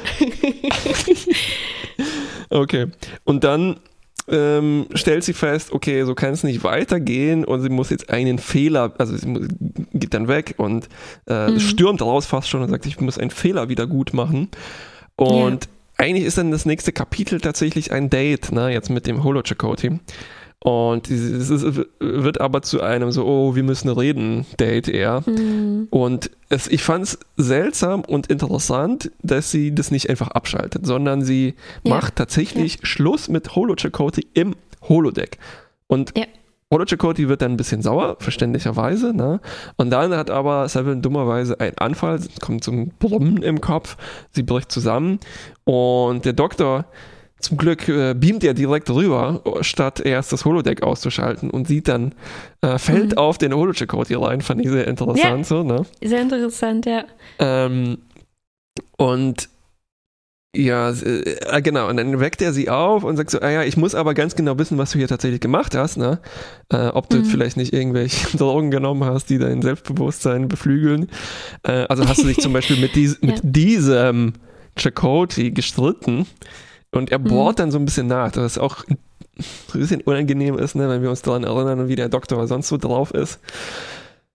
Okay, und dann ähm, stellt sie fest, okay, so kann es nicht weitergehen und sie muss jetzt einen Fehler, also sie muss, geht dann weg und äh, mhm. stürmt raus fast schon und sagt, ich muss einen Fehler wieder gut machen. Und ja. eigentlich ist dann das nächste Kapitel tatsächlich ein Date, ne, jetzt mit dem Holo-Chakotay. Und es wird aber zu einem so, oh, wir müssen reden, Date eher. Mhm. Und es, ich fand es seltsam und interessant, dass sie das nicht einfach abschaltet, sondern sie ja. macht tatsächlich ja. Schluss mit Holo-Chakotay im Holodeck. Und ja. Holo-Chakotay wird dann ein bisschen sauer, verständlicherweise, ne? Und dann hat aber Seven dummerweise einen Anfall, kommt zum Brummen im Kopf, sie bricht zusammen und der Doktor, zum Glück äh, beamt er direkt rüber, statt erst das Holodeck auszuschalten und sieht dann, äh, fällt mhm. auf den Holo-Chakotay rein, fand ich sehr interessant. Ja, so, ne? Sehr interessant, ja. Ähm, und ja, äh, genau, und dann weckt er sie auf und sagt so, ah ja, ich muss aber ganz genau wissen, was du hier tatsächlich gemacht hast, ne? Äh, ob du mhm. vielleicht nicht irgendwelche Drogen genommen hast, die dein Selbstbewusstsein beflügeln. Äh, also hast du dich zum Beispiel mit, dies, ja. mit diesem Chakotay gestritten. Und er bohrt mhm. dann so ein bisschen nach, dass es auch ein bisschen unangenehm ist, ne, wenn wir uns daran erinnern, wie der Doktor sonst so drauf ist.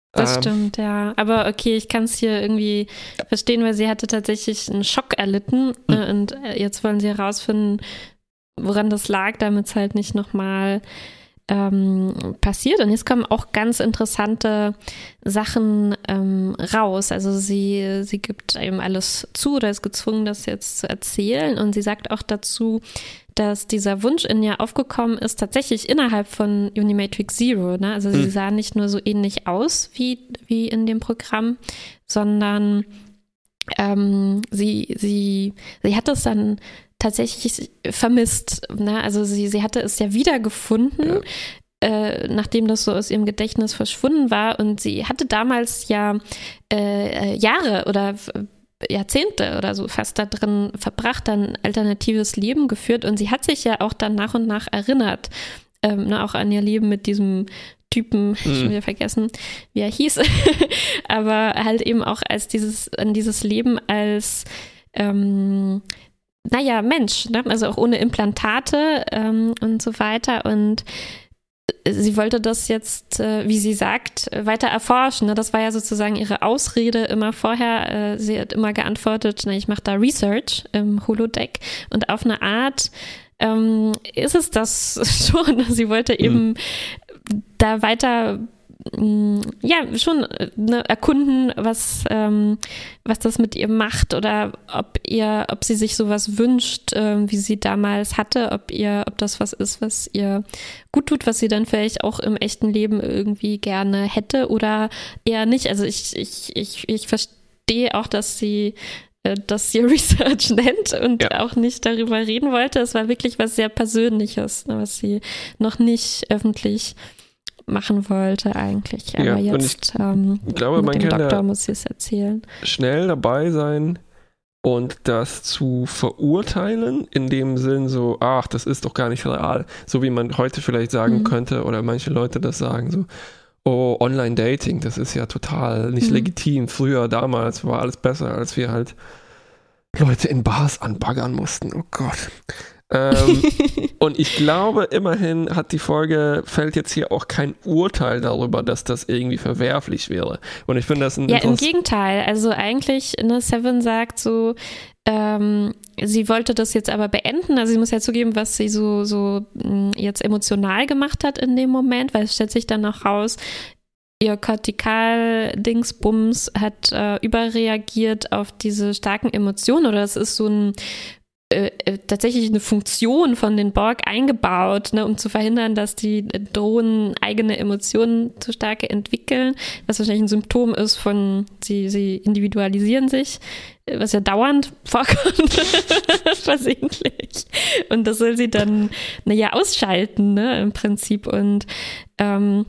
Das Ähm, stimmt, ja. Aber okay, ich kann es hier irgendwie verstehen, weil sie hatte tatsächlich einen Schock erlitten Mhm. äh, und äh, jetzt wollen sie herausfinden, woran das lag, damit es halt nicht nochmal ähm, passiert. Und jetzt kommen auch ganz interessante Sachen ähm, raus. Also sie, sie gibt eben alles zu oder ist gezwungen, das jetzt zu erzählen. Und sie sagt auch dazu, dass dieser Wunsch in ihr aufgekommen ist, tatsächlich innerhalb von Unimatrix Zero. Ne? Also sie Mhm. sah nicht nur so ähnlich aus wie, wie in dem Programm, sondern ähm, sie, sie, sie hat es dann tatsächlich vermisst. Ne? Also sie, sie hatte es ja wiedergefunden, Ja. äh, nachdem das so aus ihrem Gedächtnis verschwunden war. Und sie hatte damals ja äh, Jahre oder Jahrzehnte oder so fast da drin verbracht, dann ein alternatives Leben geführt. Und sie hat sich ja auch dann nach und nach erinnert, ähm, ne, auch an ihr Leben mit diesem Typen, ich Mhm. habe wieder vergessen, wie er hieß, aber halt eben auch als dieses, an dieses Leben als ähm, naja, Mensch, ne? Also auch ohne Implantate ähm, und so weiter. Und sie wollte das jetzt, äh, wie sie sagt, weiter erforschen. Ne? Das war ja sozusagen ihre Ausrede immer vorher. Äh, sie hat immer geantwortet, na, ich mache da Research im Holodeck. Und auf eine Art ähm, ist es das schon. Sie wollte eben mhm. da weiter ja, schon ne, erkunden, was, ähm, was das mit ihr macht oder ob ihr, ob sie sich sowas wünscht, ähm, wie sie damals hatte, ob ihr, ob das was ist, was ihr gut tut, was sie dann vielleicht auch im echten Leben irgendwie gerne hätte oder eher nicht. Also ich, ich, ich, ich verstehe auch, dass sie äh, das hier Research nennt und ja. auch nicht darüber reden wollte. Es war wirklich was sehr Persönliches, ne, was sie noch nicht öffentlich machen wollte eigentlich. Aber ja, jetzt ich ähm, glaube, mit man dem kann Doktor da muss sie es erzählen. Schnell dabei sein und das zu verurteilen, in dem Sinn so, ach, das ist doch gar nicht real. So wie man heute vielleicht sagen mhm. könnte oder manche Leute das sagen, so, oh, Online-Dating, das ist ja total nicht mhm. legitim. Früher, damals war alles besser, als wir halt Leute in Bars anbaggern mussten. Oh Gott. ähm, und ich glaube, immerhin hat die Folge, fällt jetzt hier auch kein Urteil darüber, dass das irgendwie verwerflich wäre. Und ich finde das ein Ja, im Gegenteil. Also eigentlich, ne, Seven sagt so, ähm, sie wollte das jetzt aber beenden. Also sie muss ja zugeben, was sie so, so mh, jetzt emotional gemacht hat in dem Moment, weil es stellt sich dann noch raus, ihr Kortikal-Dingsbums hat äh, überreagiert auf diese starken Emotionen oder es ist so ein Äh, tatsächlich eine Funktion von den Borg eingebaut, ne, um zu verhindern, dass die Drohnen eigene Emotionen zu stark entwickeln, was wahrscheinlich ein Symptom ist von, sie, sie individualisieren sich, was ja dauernd vorkommt, versehentlich. Und das soll sie dann, naja, ausschalten, ne, im Prinzip. Und ähm,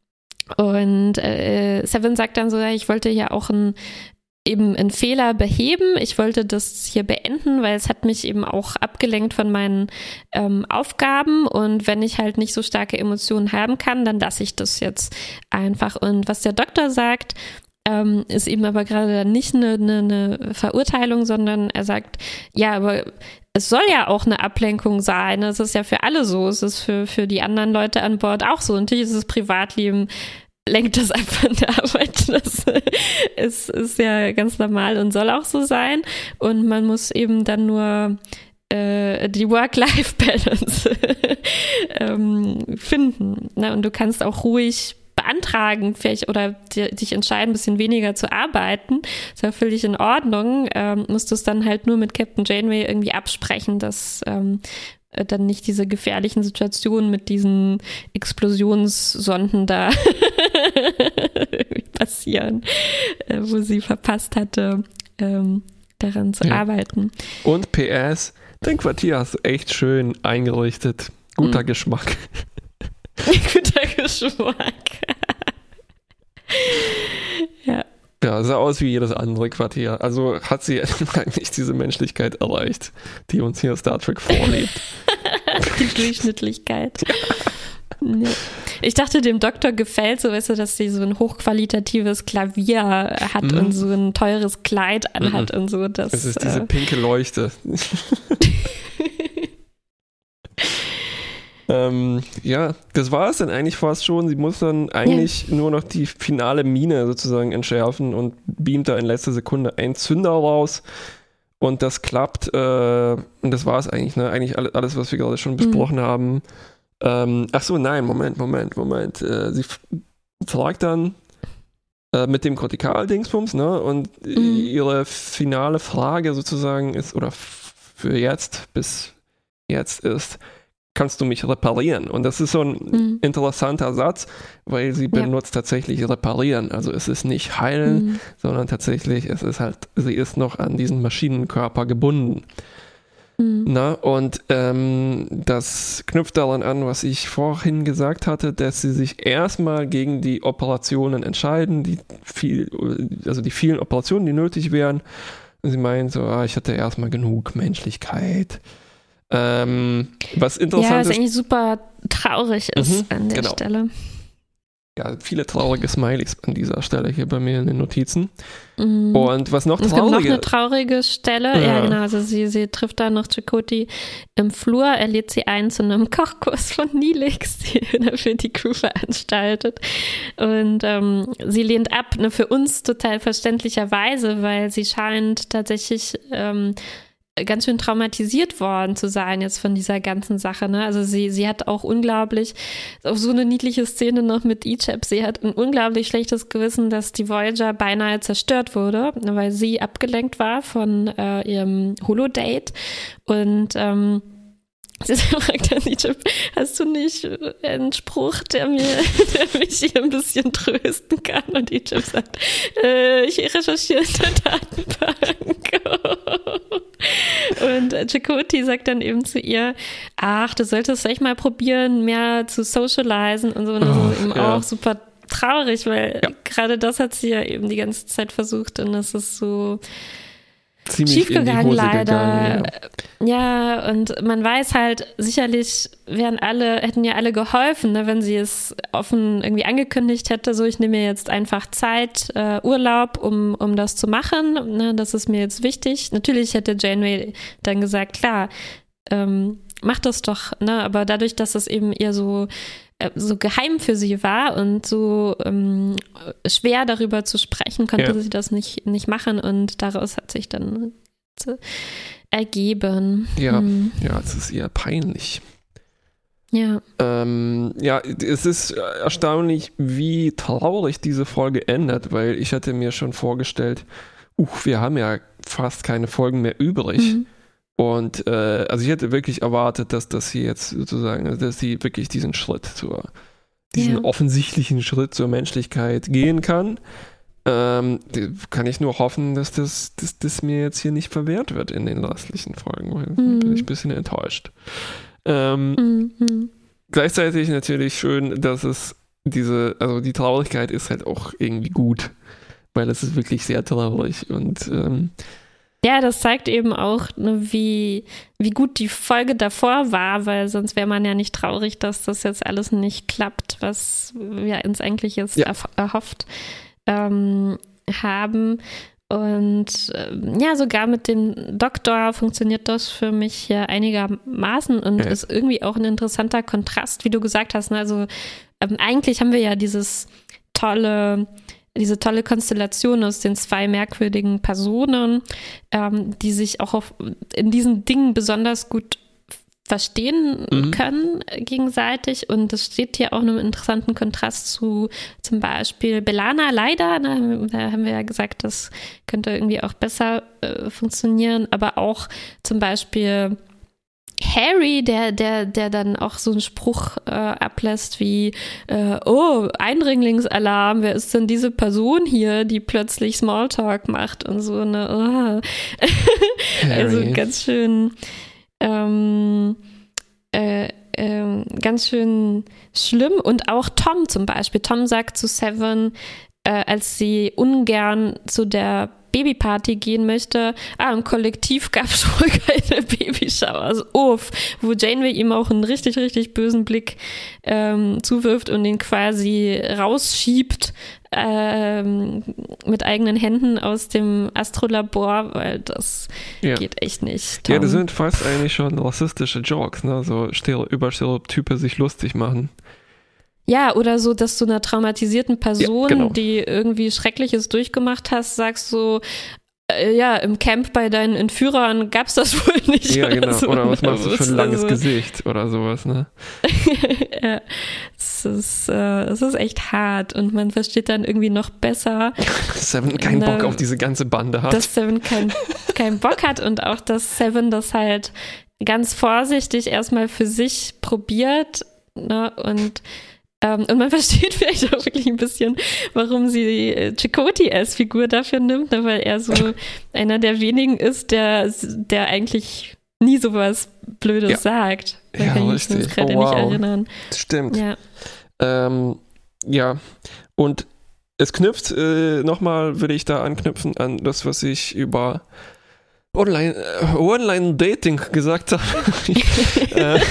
und äh, Seven sagt dann so, ja, ich wollte ja auch ein eben einen Fehler beheben. Ich wollte das hier beenden, weil es hat mich eben auch abgelenkt von meinen ähm, Aufgaben und wenn ich halt nicht so starke Emotionen haben kann, dann lasse ich das jetzt einfach. Und was der Doktor sagt, ähm, ist eben aber gerade nicht eine, eine, eine Verurteilung, sondern er sagt, ja, aber es soll ja auch eine Ablenkung sein. Es ist ja für alle so. Es ist für, für die anderen Leute an Bord auch so. Natürlich ist das Privatleben lenkt das ab von der Arbeit. Das ist, ist ja ganz normal und soll auch so sein. Und man muss eben dann nur äh, die Work-Life-Balance ähm, finden. Ne? Und du kannst auch ruhig beantragen, vielleicht oder die, dich entscheiden, ein bisschen weniger zu arbeiten. Ist ja völlig in Ordnung. Ähm, musst du es dann halt nur mit Captain Janeway irgendwie absprechen, dass ähm, dann nicht diese gefährlichen Situationen mit diesen Explosionssonden da passieren, äh, wo sie verpasst hatte, ähm, daran zu ja. arbeiten. Und P S, dein Quartier hast du echt schön eingerichtet. Guter mhm. Geschmack. Guter Geschmack. Ja. Ja, sah aus wie jedes andere Quartier. Also hat sie eigentlich diese Menschlichkeit erreicht, die uns hier Star Trek vorlebt. Die Durchschnittlichkeit. Ja. Ja. Ich dachte, dem Doktor gefällt so, weißt du, dass sie so ein hochqualitatives Klavier hat mhm. und so ein teures Kleid anhat mhm. und so. Das, es ist diese äh, pinke Leuchte. ähm, ja, das war es dann eigentlich fast schon. Sie muss dann eigentlich ja. nur noch die finale Mine sozusagen entschärfen und beamt da in letzter Sekunde einen Zünder raus. Und das klappt. Äh, und das war es eigentlich. Ne? Eigentlich alles, was wir gerade schon besprochen mhm. haben. Ähm, ach so, nein, Moment, Moment, Moment. Äh, sie f- fragt dann äh, mit dem Kortikal-Dingsbums, ne? Und mhm. ihre finale Frage sozusagen ist, oder f- für jetzt, bis jetzt ist, kannst du mich reparieren? Und das ist so ein mhm. interessanter Satz, weil sie benutzt ja. tatsächlich reparieren. Also es ist nicht heilen, mhm. sondern tatsächlich, es ist halt, sie ist noch an diesen Maschinenkörper gebunden. Mhm. Na, und ähm, das knüpft daran an, was ich vorhin gesagt hatte, dass sie sich erstmal gegen die Operationen entscheiden, die viel, also die vielen Operationen, die nötig wären. Und sie meinen so, ah, ich hatte erstmal genug Menschlichkeit. Ähm, was interessant ja, ist. was eigentlich super traurig ist mhm, an der genau. Stelle. Ja, viele traurige Smileys an dieser Stelle hier bei mir in den Notizen. Mhm. Und was noch es trauriger... Es gibt noch eine traurige Stelle. Ja, ja genau. Also sie, sie trifft da noch Chakotay im Flur. Er lädt sie ein zu einem Kochkurs von Neelix, die dafür die Crew veranstaltet. Und ähm, sie lehnt ab, ne, für uns total verständlicherweise, weil sie scheint tatsächlich... Ähm, ganz schön traumatisiert worden zu sein jetzt von dieser ganzen Sache. Ne? Also sie, sie hat auch unglaublich, auch so eine niedliche Szene noch mit Icheb, sie hat ein unglaublich schlechtes Gewissen, dass die Voyager beinahe zerstört wurde, weil sie abgelenkt war von äh, ihrem Holodate und ähm, sie fragt dann Icheb, hast du nicht einen Spruch, der mir, der mich hier ein bisschen trösten kann? Und Icheb sagt, äh, ich recherchiere in der Datenbank. Und Chakotay sagt dann eben zu ihr, ach, du solltest echt mal probieren, mehr zu socialisen und so. Und das oh, ist eben ja. auch super traurig, weil ja. gerade das hat sie ja eben die ganze Zeit versucht und das ist so ziemlich schiefgegangen leider. Gegangen, ja. ja, und man weiß halt, sicherlich wären alle, hätten ja alle geholfen, ne, wenn sie es offen irgendwie angekündigt hätte, so ich nehme mir jetzt einfach Zeit, äh, Urlaub, um, um das zu machen, ne, das ist mir jetzt wichtig. Natürlich hätte Janeway dann gesagt, klar, ähm, mach das doch, ne, aber dadurch, dass es eben eher so so geheim für sie war und so ähm, schwer darüber zu sprechen, konnte ja. sie das nicht, nicht machen und daraus hat sich dann ergeben. Ja, hm. ja, es ist eher peinlich. Ja. Ähm, ja, es ist erstaunlich, wie traurig diese Folge endet, weil ich hatte mir schon vorgestellt, uh, wir haben ja fast keine Folgen mehr übrig. Mhm. Und äh, also ich hätte wirklich erwartet, dass das hier jetzt sozusagen, dass sie wirklich diesen Schritt zur, diesen ja. offensichtlichen Schritt zur Menschlichkeit gehen kann. Ähm, kann ich nur hoffen, dass das, dass das mir jetzt hier nicht verwehrt wird in den restlichen Folgen. Mhm. Bin ich ein bisschen enttäuscht. Ähm, mhm. Gleichzeitig natürlich schön, dass es diese, also die Traurigkeit ist halt auch irgendwie gut, weil es ist wirklich sehr traurig und ähm, ja, das zeigt eben auch, ne, wie, wie gut die Folge davor war, weil sonst wäre man ja nicht traurig, dass das jetzt alles nicht klappt, was wir uns eigentlich jetzt ja. erf- erhofft ähm, haben. Und äh, ja, sogar mit dem Doktor funktioniert das für mich hier einigermaßen und ja. ist irgendwie auch ein interessanter Kontrast, wie du gesagt hast. Ne? Also ähm, eigentlich haben wir ja dieses tolle diese tolle Konstellation aus den zwei merkwürdigen Personen, ähm, die sich auch auf, in diesen Dingen besonders gut verstehen mhm. können gegenseitig und das steht hier auch in einem interessanten Kontrast zu zum Beispiel B'Elanna leider, ne, da haben wir ja gesagt, das könnte irgendwie auch besser äh, funktionieren, aber auch zum Beispiel Harry, der, der, der dann auch so einen Spruch äh, ablässt wie, äh, oh, Eindringlingsalarm, wer ist denn diese Person hier, die plötzlich Smalltalk macht und so, ne, oh. Also ganz schön, ähm, äh, äh, ganz schön schlimm und auch Tom zum Beispiel. Tom sagt zu Seven, äh, als sie ungern zu der Babyparty gehen möchte. Ah, im Kollektiv gab es wohl keine Babyshower. Also uff, wo Janeway ihm auch einen richtig, richtig bösen Blick ähm, zuwirft und ihn quasi rausschiebt ähm, mit eigenen Händen aus dem Astrolabor, weil das ja. geht echt nicht. Tom. Ja, das sind fast eigentlich schon rassistische Jokes, ne? So über Stereotype sich lustig machen. Ja, oder so, dass du einer traumatisierten Person, ja, genau. die irgendwie Schreckliches durchgemacht hast, sagst so, äh, ja, im Camp bei deinen Entführern gab's das wohl nicht. Ja, oder genau. So. Oder was machst du für ein langes also, Gesicht oder sowas, ne? Ja, es ist, äh, es ist echt hart und man versteht dann irgendwie noch besser. Seven keinen Bock auf diese ganze Bande hat. Dass Seven keinen kein Bock hat und auch, dass Seven das halt ganz vorsichtig erstmal für sich probiert, ne, und Um, und man versteht vielleicht auch wirklich ein bisschen, warum sie äh, Chakotay als Figur dafür nimmt, ne, weil er so einer der wenigen ist, der, der eigentlich nie sowas Blödes ja. sagt. Da ja, kann richtig. ich mich gerade oh, wow. nicht erinnern. Stimmt. Ja, ähm, ja. Und es knüpft, äh, nochmal würde ich da anknüpfen an das, was ich über Online, äh, Online-Dating gesagt habe. äh,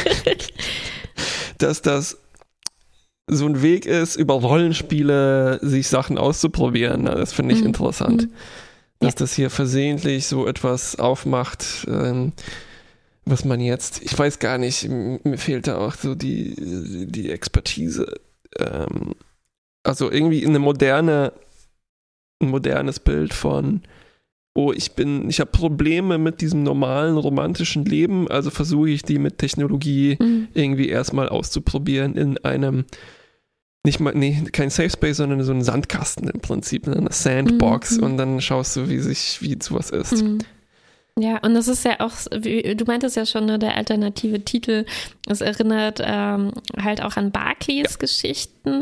dass das so ein Weg ist, über Rollenspiele sich Sachen auszuprobieren. Das finde ich mhm. interessant. Mhm. Dass ja. das hier versehentlich so etwas aufmacht, ähm, was man jetzt, ich weiß gar nicht, mir fehlt da auch so die, die Expertise. Ähm, also irgendwie eine moderne, ein modernes Bild von, oh, ich bin, ich habe Probleme mit diesem normalen romantischen Leben, also versuche ich die mit Technologie mhm. irgendwie erstmal auszuprobieren in einem nicht mal, nee, kein Safe Space, sondern so ein Sandkasten im Prinzip, eine Sandbox mhm. und dann schaust du, wie sich, wie sowas ist. Mhm. Ja, und das ist ja auch, wie, du meintest ja schon, ne, der alternative Titel, es erinnert ähm, halt auch an Barclays ja. Geschichten,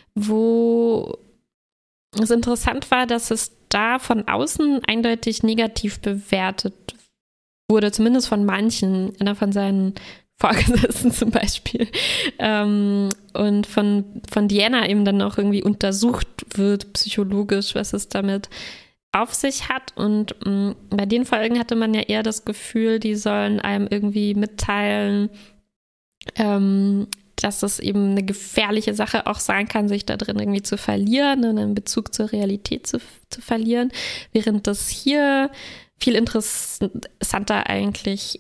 wo es interessant war, dass es da von außen eindeutig negativ bewertet wurde, zumindest von manchen, einer von seinen Vorgesetzten zum Beispiel. Ähm, und von, von Deanna eben dann auch irgendwie untersucht wird, psychologisch, was es damit auf sich hat. Und mh, bei den Folgen hatte man ja eher das Gefühl, die sollen einem irgendwie mitteilen, ähm, dass es eben eine gefährliche Sache auch sein kann, sich da drin irgendwie zu verlieren und einen Bezug zur Realität zu, zu verlieren, während das hier viel interessanter eigentlich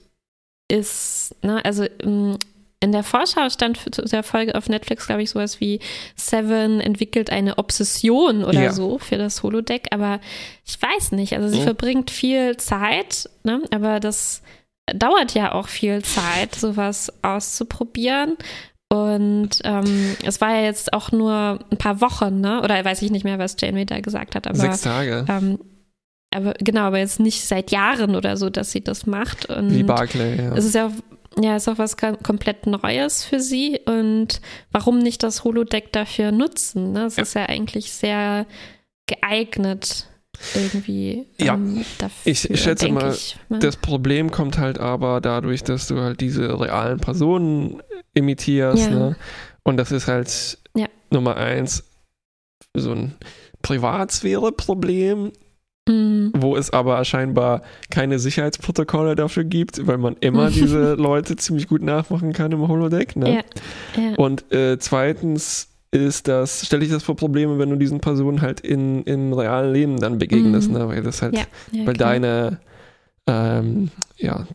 ist, ne? Also in der Vorschau stand für der Folge auf Netflix, glaube ich, sowas wie Seven entwickelt eine Obsession oder ja. so für das Holodeck, aber ich weiß nicht, also sie mhm. verbringt viel Zeit, ne? Aber das dauert ja auch viel Zeit, sowas auszuprobieren. Und ähm, es war ja jetzt auch nur ein paar Wochen, ne? Oder weiß ich nicht mehr, was Janeway da gesagt hat. Aber, Sechs Tage. Ähm, aber genau, aber jetzt nicht seit Jahren oder so, dass sie das macht. Und wie Barclay, ja. Es ist ja auch, ja, ist auch was komplett Neues für sie. Und warum nicht das Holodeck dafür nutzen? Ne? Es ja. ist ja eigentlich sehr geeignet irgendwie ja. ähm, dafür, ich, ich schätze mal, ich, ne? Das Problem kommt halt aber dadurch, dass du halt diese realen Personen imitierst, ja. ne? Und das ist halt ja. Nummer eins so ein Privatsphäre-Problem, mhm. wo es aber scheinbar keine Sicherheitsprotokolle dafür gibt, weil man immer diese Leute ziemlich gut nachmachen kann im Holodeck, ne? Ja. Ja. Und äh, zweitens ist das, stelle ich das vor Probleme, wenn du diesen Personen halt in, im realen Leben dann begegnest, mhm. ne? Weil das halt, ja, ja, weil klar. deine, ähm, ja,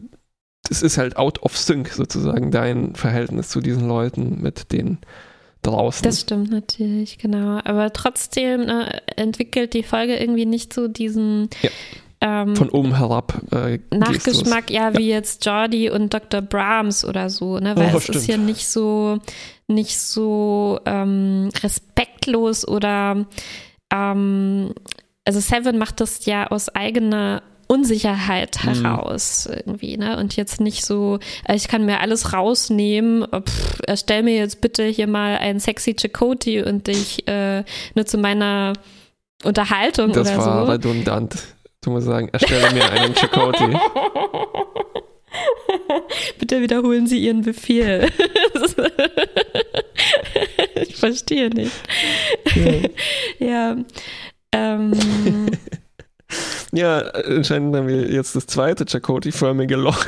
das ist halt out of sync sozusagen, dein Verhältnis zu diesen Leuten mit den draußen. Das stimmt natürlich, genau. Aber trotzdem ne, entwickelt die Folge irgendwie nicht so diesen ja. ähm, von oben herab äh, Nachgeschmack, ja, wie ja. jetzt Geordi und Doktor Brahms oder so, ne? Weil oh, es stimmt. ist hier nicht so nicht so ähm, respektlos oder ähm, also Seven macht das ja aus eigener Unsicherheit heraus mhm. irgendwie, ne? Und jetzt nicht so, ich kann mir alles rausnehmen, pff, erstell mir jetzt bitte hier mal einen sexy Chakotay und ich äh, nur zu meiner Unterhaltung das oder so. Das war redundant. Du musst sagen, erstelle mir einen Chakotay. Bitte wiederholen Sie Ihren Befehl. Ich verstehe nicht. Ja. ja ähm, Ja, anscheinend haben wir jetzt das zweite Chakotay-förmige Loch.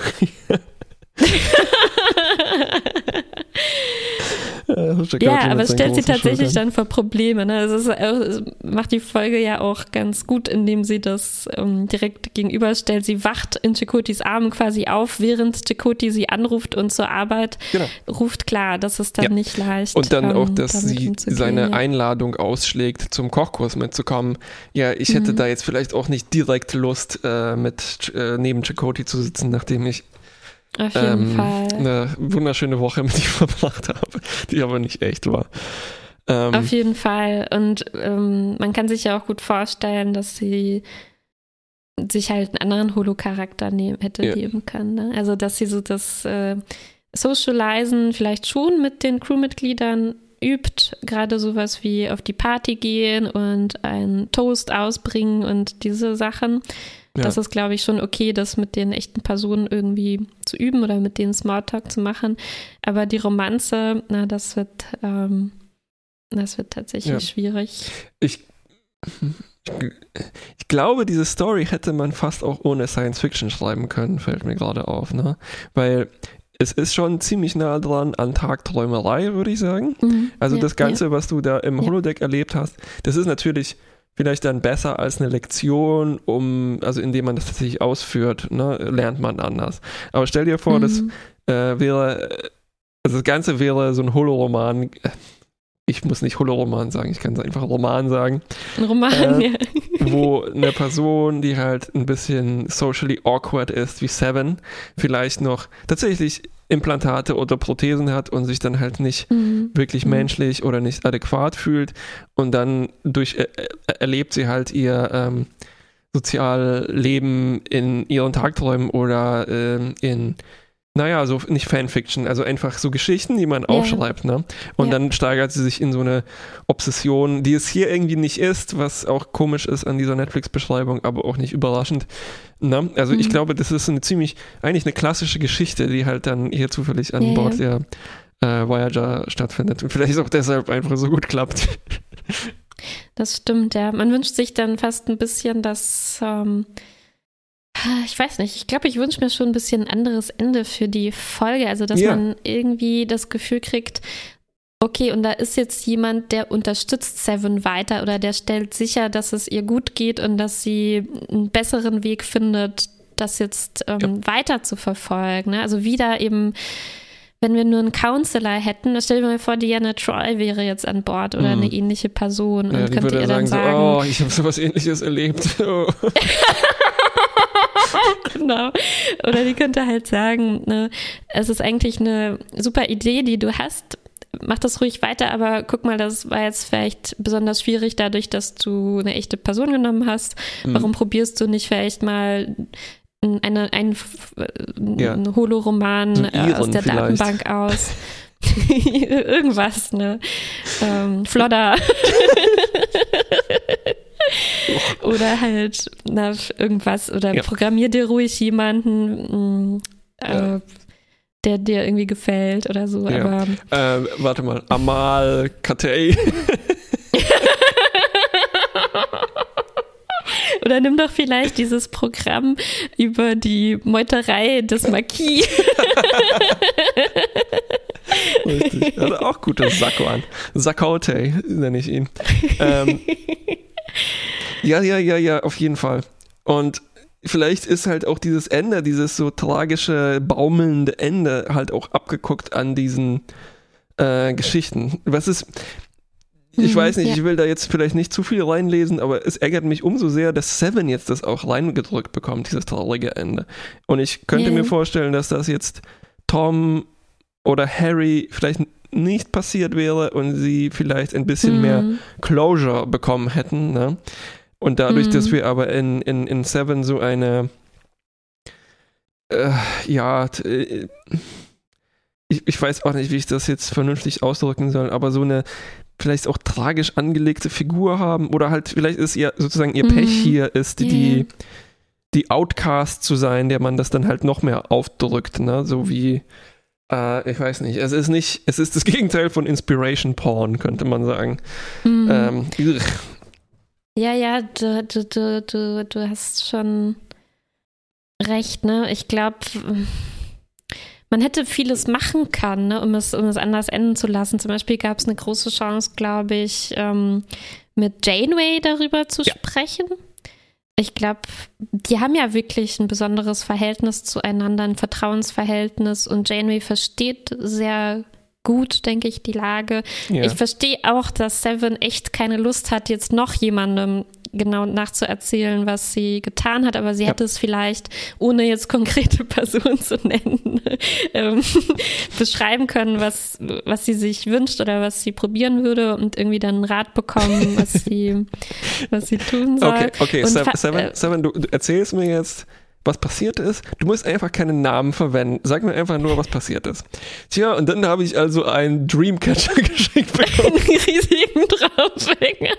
Ja, aber es stellt sie tatsächlich Schultern. dann vor Probleme. Ne? Es, ist, es macht die Folge ja auch ganz gut, indem sie das ähm, direkt gegenüberstellt. Sie wacht in Chakotys Armen quasi auf, während Chakotay sie anruft und zur Arbeit genau. ruft. Klar, das ist dann ja. nicht leicht. Und dann ähm, auch, dass sie seine ja. Einladung ausschlägt, zum Kochkurs mitzukommen. Ja, ich hätte mhm. da jetzt vielleicht auch nicht direkt Lust, äh, mit äh, neben Chakotay zu sitzen, nachdem ich Auf jeden ähm, Fall. eine wunderschöne Woche mit ihm verbracht habe, die aber nicht echt war. Ähm, Auf jeden Fall. Und ähm, man kann sich ja auch gut vorstellen, dass sie sich halt einen anderen Holo-Charakter nehmen, hätte ja. nehmen können. Ne? Also, dass sie so das äh, Socializen vielleicht schon mit den Crewmitgliedern übt, gerade sowas wie auf die Party gehen und einen Toast ausbringen und diese Sachen. Ja. Das ist, glaube ich, schon okay, das mit den echten Personen irgendwie zu üben oder mit denen Smalltalk zu machen. Aber die Romanze, na, das wird, ähm, das wird tatsächlich ja. schwierig. Ich, ich glaube, diese Story hätte man fast auch ohne Science Fiction schreiben können, fällt mir gerade auf, ne? Weil es ist schon ziemlich nah dran an Tagträumerei, würde ich sagen. Mhm. Also ja, das Ganze, ja. was du da im Holodeck ja. erlebt hast, das ist natürlich vielleicht dann besser als eine Lektion, um, also indem man das tatsächlich ausführt, ne, lernt man anders. Aber stell dir vor, mhm. das äh, wäre, also das Ganze wäre so ein Holoroman. Ich muss nicht Holoroman sagen, ich kann es einfach Roman sagen. Ein Roman, äh, ja. Wo eine Person, die halt ein bisschen socially awkward ist, wie Seven, vielleicht noch tatsächlich Implantate oder Prothesen hat und sich dann halt nicht mhm. wirklich mhm. menschlich oder nicht adäquat fühlt und dann durch äh, erlebt sie halt ihr ähm, Sozialleben in ihren Tagträumen oder ähm, in naja, so nicht Fanfiction, also einfach so Geschichten, die man ja. aufschreibt, ne? Und ja. dann steigert sie sich in so eine Obsession, die es hier irgendwie nicht ist, was auch komisch ist an dieser Netflix-Beschreibung, aber auch nicht überraschend. Ne? Also mhm. ich glaube, das ist eine ziemlich, eigentlich eine klassische Geschichte, die halt dann hier zufällig an ja, Bord ja. der äh, Voyager stattfindet und vielleicht auch deshalb einfach so gut klappt. Das stimmt, ja. Man wünscht sich dann fast ein bisschen, dass ähm ich weiß nicht, ich glaube, ich wünsche mir schon ein bisschen ein anderes Ende für die Folge, also dass ja. man irgendwie das Gefühl kriegt, okay, und da ist jetzt jemand, der unterstützt Seven weiter oder der stellt sicher, dass es ihr gut geht und dass sie einen besseren Weg findet, das jetzt ähm, ja. weiter zu verfolgen. Ne? Also wieder eben, wenn wir nur einen Counselor hätten, da stell dir mal vor, Deanna Troi wäre jetzt an Bord oder mhm. eine ähnliche Person ja, und könnte ihr dann sagen, so, oh, ich habe sowas Ähnliches erlebt. Oh. Genau. Oder die könnte halt sagen, ne, es ist eigentlich eine super Idee, die du hast. Mach das ruhig weiter, aber guck mal, das war jetzt vielleicht besonders schwierig dadurch, dass du eine echte Person genommen hast. Mhm. Warum probierst du nicht vielleicht mal eine, einen, ja. einen Holoroman so äh, aus der vielleicht. Datenbank aus? Irgendwas, ne? Ähm, Flodder. Oder halt na, irgendwas oder ja. programmier dir ruhig jemanden, äh, ja. der dir irgendwie gefällt oder so. Ja. Aber ähm, warte mal, Amal Katei. Oder nimm doch vielleicht dieses Programm über die Meuterei des Marquis. Richtig. Er hat auch gutes Sakko an. Sakotay nenne ich ihn. Ähm, ja, ja, ja, ja, auf jeden Fall. Und vielleicht ist halt auch dieses Ende, dieses so tragische, baumelnde Ende halt auch abgeguckt an diesen äh, Geschichten. Was ist, ich weiß nicht, ja. ich will da jetzt vielleicht nicht zu viel reinlesen, aber es ärgert mich umso sehr, dass Seven jetzt das auch reingedrückt bekommt, dieses traurige Ende. Und ich könnte ja. mir vorstellen, dass das jetzt Tom oder Harry vielleicht nicht passiert wäre und sie vielleicht ein bisschen mhm. mehr Closure bekommen hätten, ne? Und dadurch, mhm. dass wir aber in, in, in Seven so eine äh, ja äh, ich, ich weiß auch nicht, wie ich das jetzt vernünftig ausdrücken soll, aber so eine vielleicht auch tragisch angelegte Figur haben oder halt vielleicht ist ihr sozusagen ihr mhm. Pech hier ist, yeah. die die Outcast zu sein, der man das dann halt noch mehr aufdrückt, ne? So wie Uh, ich weiß nicht, es ist nicht, es ist das Gegenteil von Inspiration Porn, könnte man sagen. Mhm. Ähm, Ja, ja, du, du, du, du, du hast schon recht, ne? Ich glaube, man hätte vieles machen können, ne, um es, um es anders enden zu lassen. Zum Beispiel gab es eine große Chance, glaube ich, ähm, mit Janeway darüber zu ja. sprechen. Ich glaube, die haben ja wirklich ein besonderes Verhältnis zueinander, ein Vertrauensverhältnis, und Janeway versteht sehr gut, denke ich, die Lage. Ja. Ich verstehe auch, dass Seven echt keine Lust hat, jetzt noch jemandem genau nachzuerzählen, was sie getan hat, aber sie ja. hätte es vielleicht, ohne jetzt konkrete Personen zu nennen, ähm, beschreiben können, was, was sie sich wünscht oder was sie probieren würde, und irgendwie dann einen Rat bekommen, was sie, was sie tun soll. Okay, okay, Seven, fa- Seven, äh, Seven du, du erzählst mir jetzt, was passiert ist. Du musst einfach keinen Namen verwenden. Sag mir einfach nur, was passiert ist. Tja, und dann habe ich also einen Dreamcatcher geschickt bekommen. Einen riesigen Traumfänger.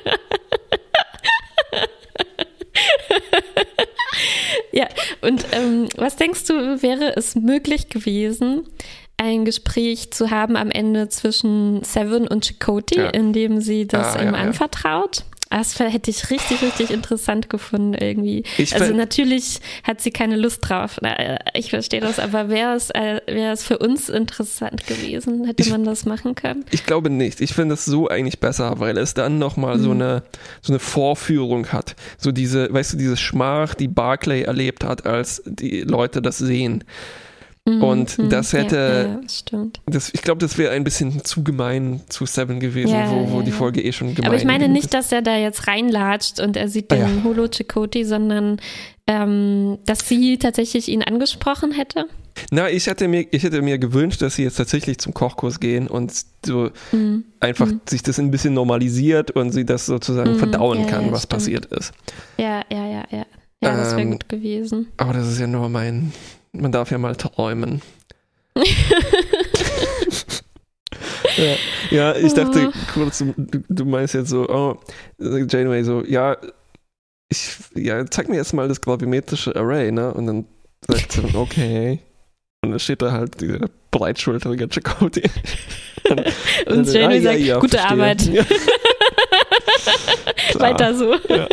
Ja, und ähm, was denkst du, wäre es möglich gewesen, ein Gespräch zu haben am Ende zwischen Seven und Chakotay, ja. in dem sie das ah, ihm ja, anvertraut? Ja. Das hätte ich richtig, richtig interessant gefunden irgendwie. Ich also find, natürlich hat sie keine Lust drauf. Ich verstehe das, aber wäre es, wäre es für uns interessant gewesen? Hätte ich, man das machen können? Ich glaube nicht. Ich finde es so eigentlich besser, weil es dann nochmal mhm. so eine so eine Vorführung hat. So diese, weißt du, diese Schmach, die Barclay erlebt hat, als die Leute das sehen. Und mhm, das hätte, ja, ja, stimmt. Das, ich glaube, das wäre ein bisschen zu gemein zu Seven gewesen, ja, wo, wo ja, die ja. Folge eh schon gemein ist. Aber ich meine nicht, ist. dass er da jetzt reinlatscht und er sieht den ah, ja. Holo Chakotay, sondern ähm, dass sie tatsächlich ihn angesprochen hätte. Na, ich hätte mir, ich hätte mir gewünscht, dass sie jetzt tatsächlich zum Kochkurs gehen und so mhm. einfach mhm. sich das ein bisschen normalisiert und sie das sozusagen mhm, verdauen ja, kann, ja, was stimmt. passiert ist. Ja, ja, ja, ja. Ja, das wäre ähm, gut gewesen. Aber das ist ja nur mein... Man darf ja mal träumen. ja, ja, ich dachte kurz, du, du meinst jetzt so, oh, Janeway so, ja, ich, ja, zeig mir jetzt mal das gravimetrische Array, ne? Und dann sagt sie, okay. Und dann steht da halt dieser breitschulterige Chakotay. Und, und Janeway ah, sagt, ja, ja, gute verstehe. Arbeit. Ja. Weiter so. Ja.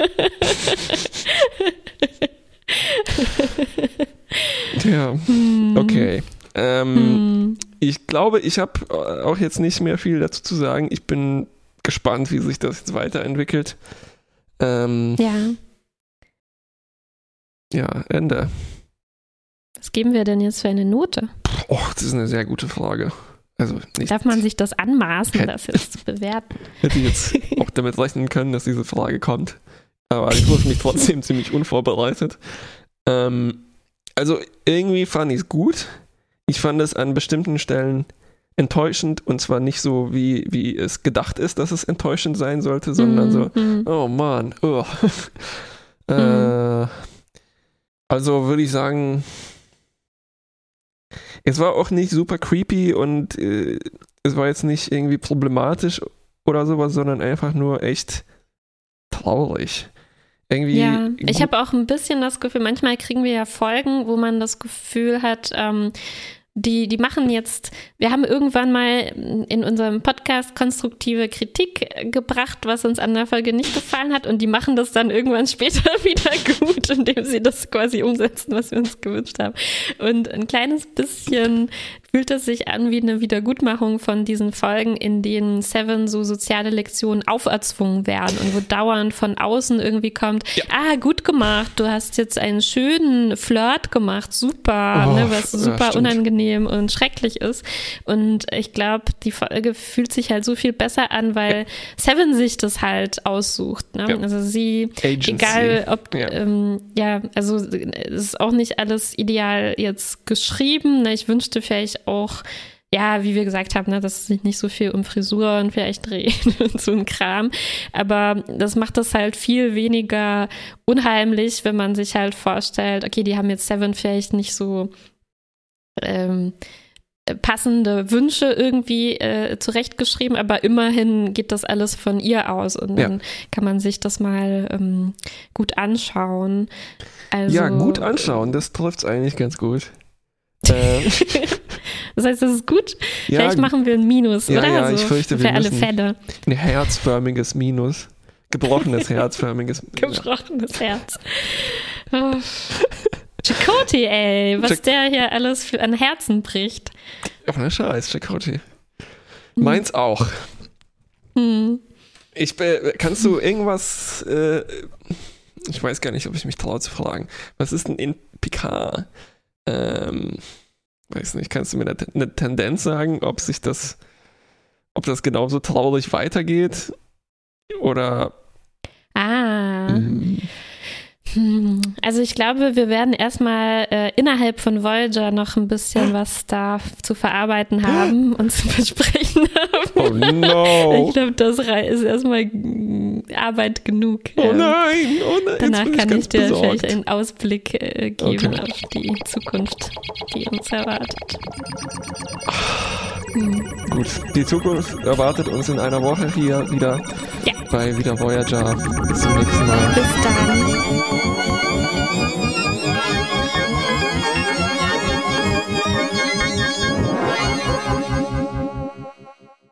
Ja, okay. Ähm, hm. Ich glaube, ich habe auch jetzt nicht mehr viel dazu zu sagen. Ich bin gespannt, wie sich das jetzt weiterentwickelt. Ähm, ja. Ja, Ende. Was geben wir denn jetzt für eine Note? Oh, das ist eine sehr gute Frage. Also nicht, darf man sich das anmaßen, das jetzt zu bewerten? Hätte ich jetzt auch damit rechnen können, dass diese Frage kommt. Aber ich wusste mich trotzdem ziemlich unvorbereitet. Ähm, Also irgendwie fand ich es gut. Ich fand es an bestimmten Stellen enttäuschend, und zwar nicht so, wie, wie es gedacht ist, dass es enttäuschend sein sollte, sondern mm, so, mm. oh Mann, oh. mm. äh, also würde ich sagen, es war auch nicht super creepy und äh, es war jetzt nicht irgendwie problematisch oder sowas, sondern einfach nur echt traurig. Irgendwie ja, ich habe auch ein bisschen das Gefühl, manchmal kriegen wir ja Folgen, wo man das Gefühl hat, ähm, die, die machen jetzt, wir haben irgendwann mal in unserem Podcast konstruktive Kritik gebracht, was uns an der Folge nicht gefallen hat, und die machen das dann irgendwann später wieder gut, indem sie das quasi umsetzen, was wir uns gewünscht haben. Und ein kleines bisschen fühlt es sich an wie eine Wiedergutmachung von diesen Folgen, in denen Seven so soziale Lektionen auferzwungen werden und wo dauernd von außen irgendwie kommt, ja. ah, gut gemacht, du hast jetzt einen schönen Flirt gemacht, super, oh, ne, was super ja, unangenehm und schrecklich ist. Und ich glaube, die Folge fühlt sich halt so viel besser an, weil ja. Seven sich das halt aussucht. Ne? Ja. Also sie, Agency. egal ob, ja. Ähm, ja, also es ist auch nicht alles ideal jetzt geschrieben. Ne? Ich wünschte vielleicht auch, ja, wie wir gesagt haben, ne, dass es sich nicht so viel um Frisuren vielleicht dreht und so ein Kram. Aber das macht das halt viel weniger unheimlich, wenn man sich halt vorstellt, okay, die haben jetzt Seven vielleicht nicht so ähm, passende Wünsche irgendwie äh, zurechtgeschrieben, aber immerhin geht das alles von ihr aus und dann ja. kann man sich das mal ähm, gut anschauen. Also, ja, gut anschauen, das trifft es eigentlich ganz gut. ähm. Das heißt, das ist gut. Ja, Vielleicht machen wir ein Minus, ja, oder? Ja, also ich fürchte, für wir alle müssen Fälle. Ein herzförmiges Minus. gebrochenes Herz, förmiges. Gebrochenes ja. Herz. Oh. Chakotay, ey, was Ch- der hier alles für an Herzen bricht. Ohne Scheiß, Chakotay. Hm. Meins auch. Hm. Ich, kannst du irgendwas, äh, ich weiß gar nicht, ob ich mich traue zu fragen, was ist denn in Picard? Ähm, weiß nicht, kannst du mir eine Tendenz sagen, ob sich das, ob das genauso traurig weitergeht? Oder? Ah. Mhm. Also ich glaube, wir werden erstmal äh, innerhalb von Voyager noch ein bisschen was da zu verarbeiten haben und zu besprechen haben. Oh no! Ich glaube, das ist erstmal Arbeit genug. Oh nein! Oh nein! Danach ich kann ich dir besorgt. vielleicht einen Ausblick äh, geben okay. auf die Zukunft, die uns erwartet. Hm. Gut, die Zukunft erwartet uns in einer Woche hier wieder ja. bei Wieder Voyager. Bis zum nächsten Mal. Bis dann.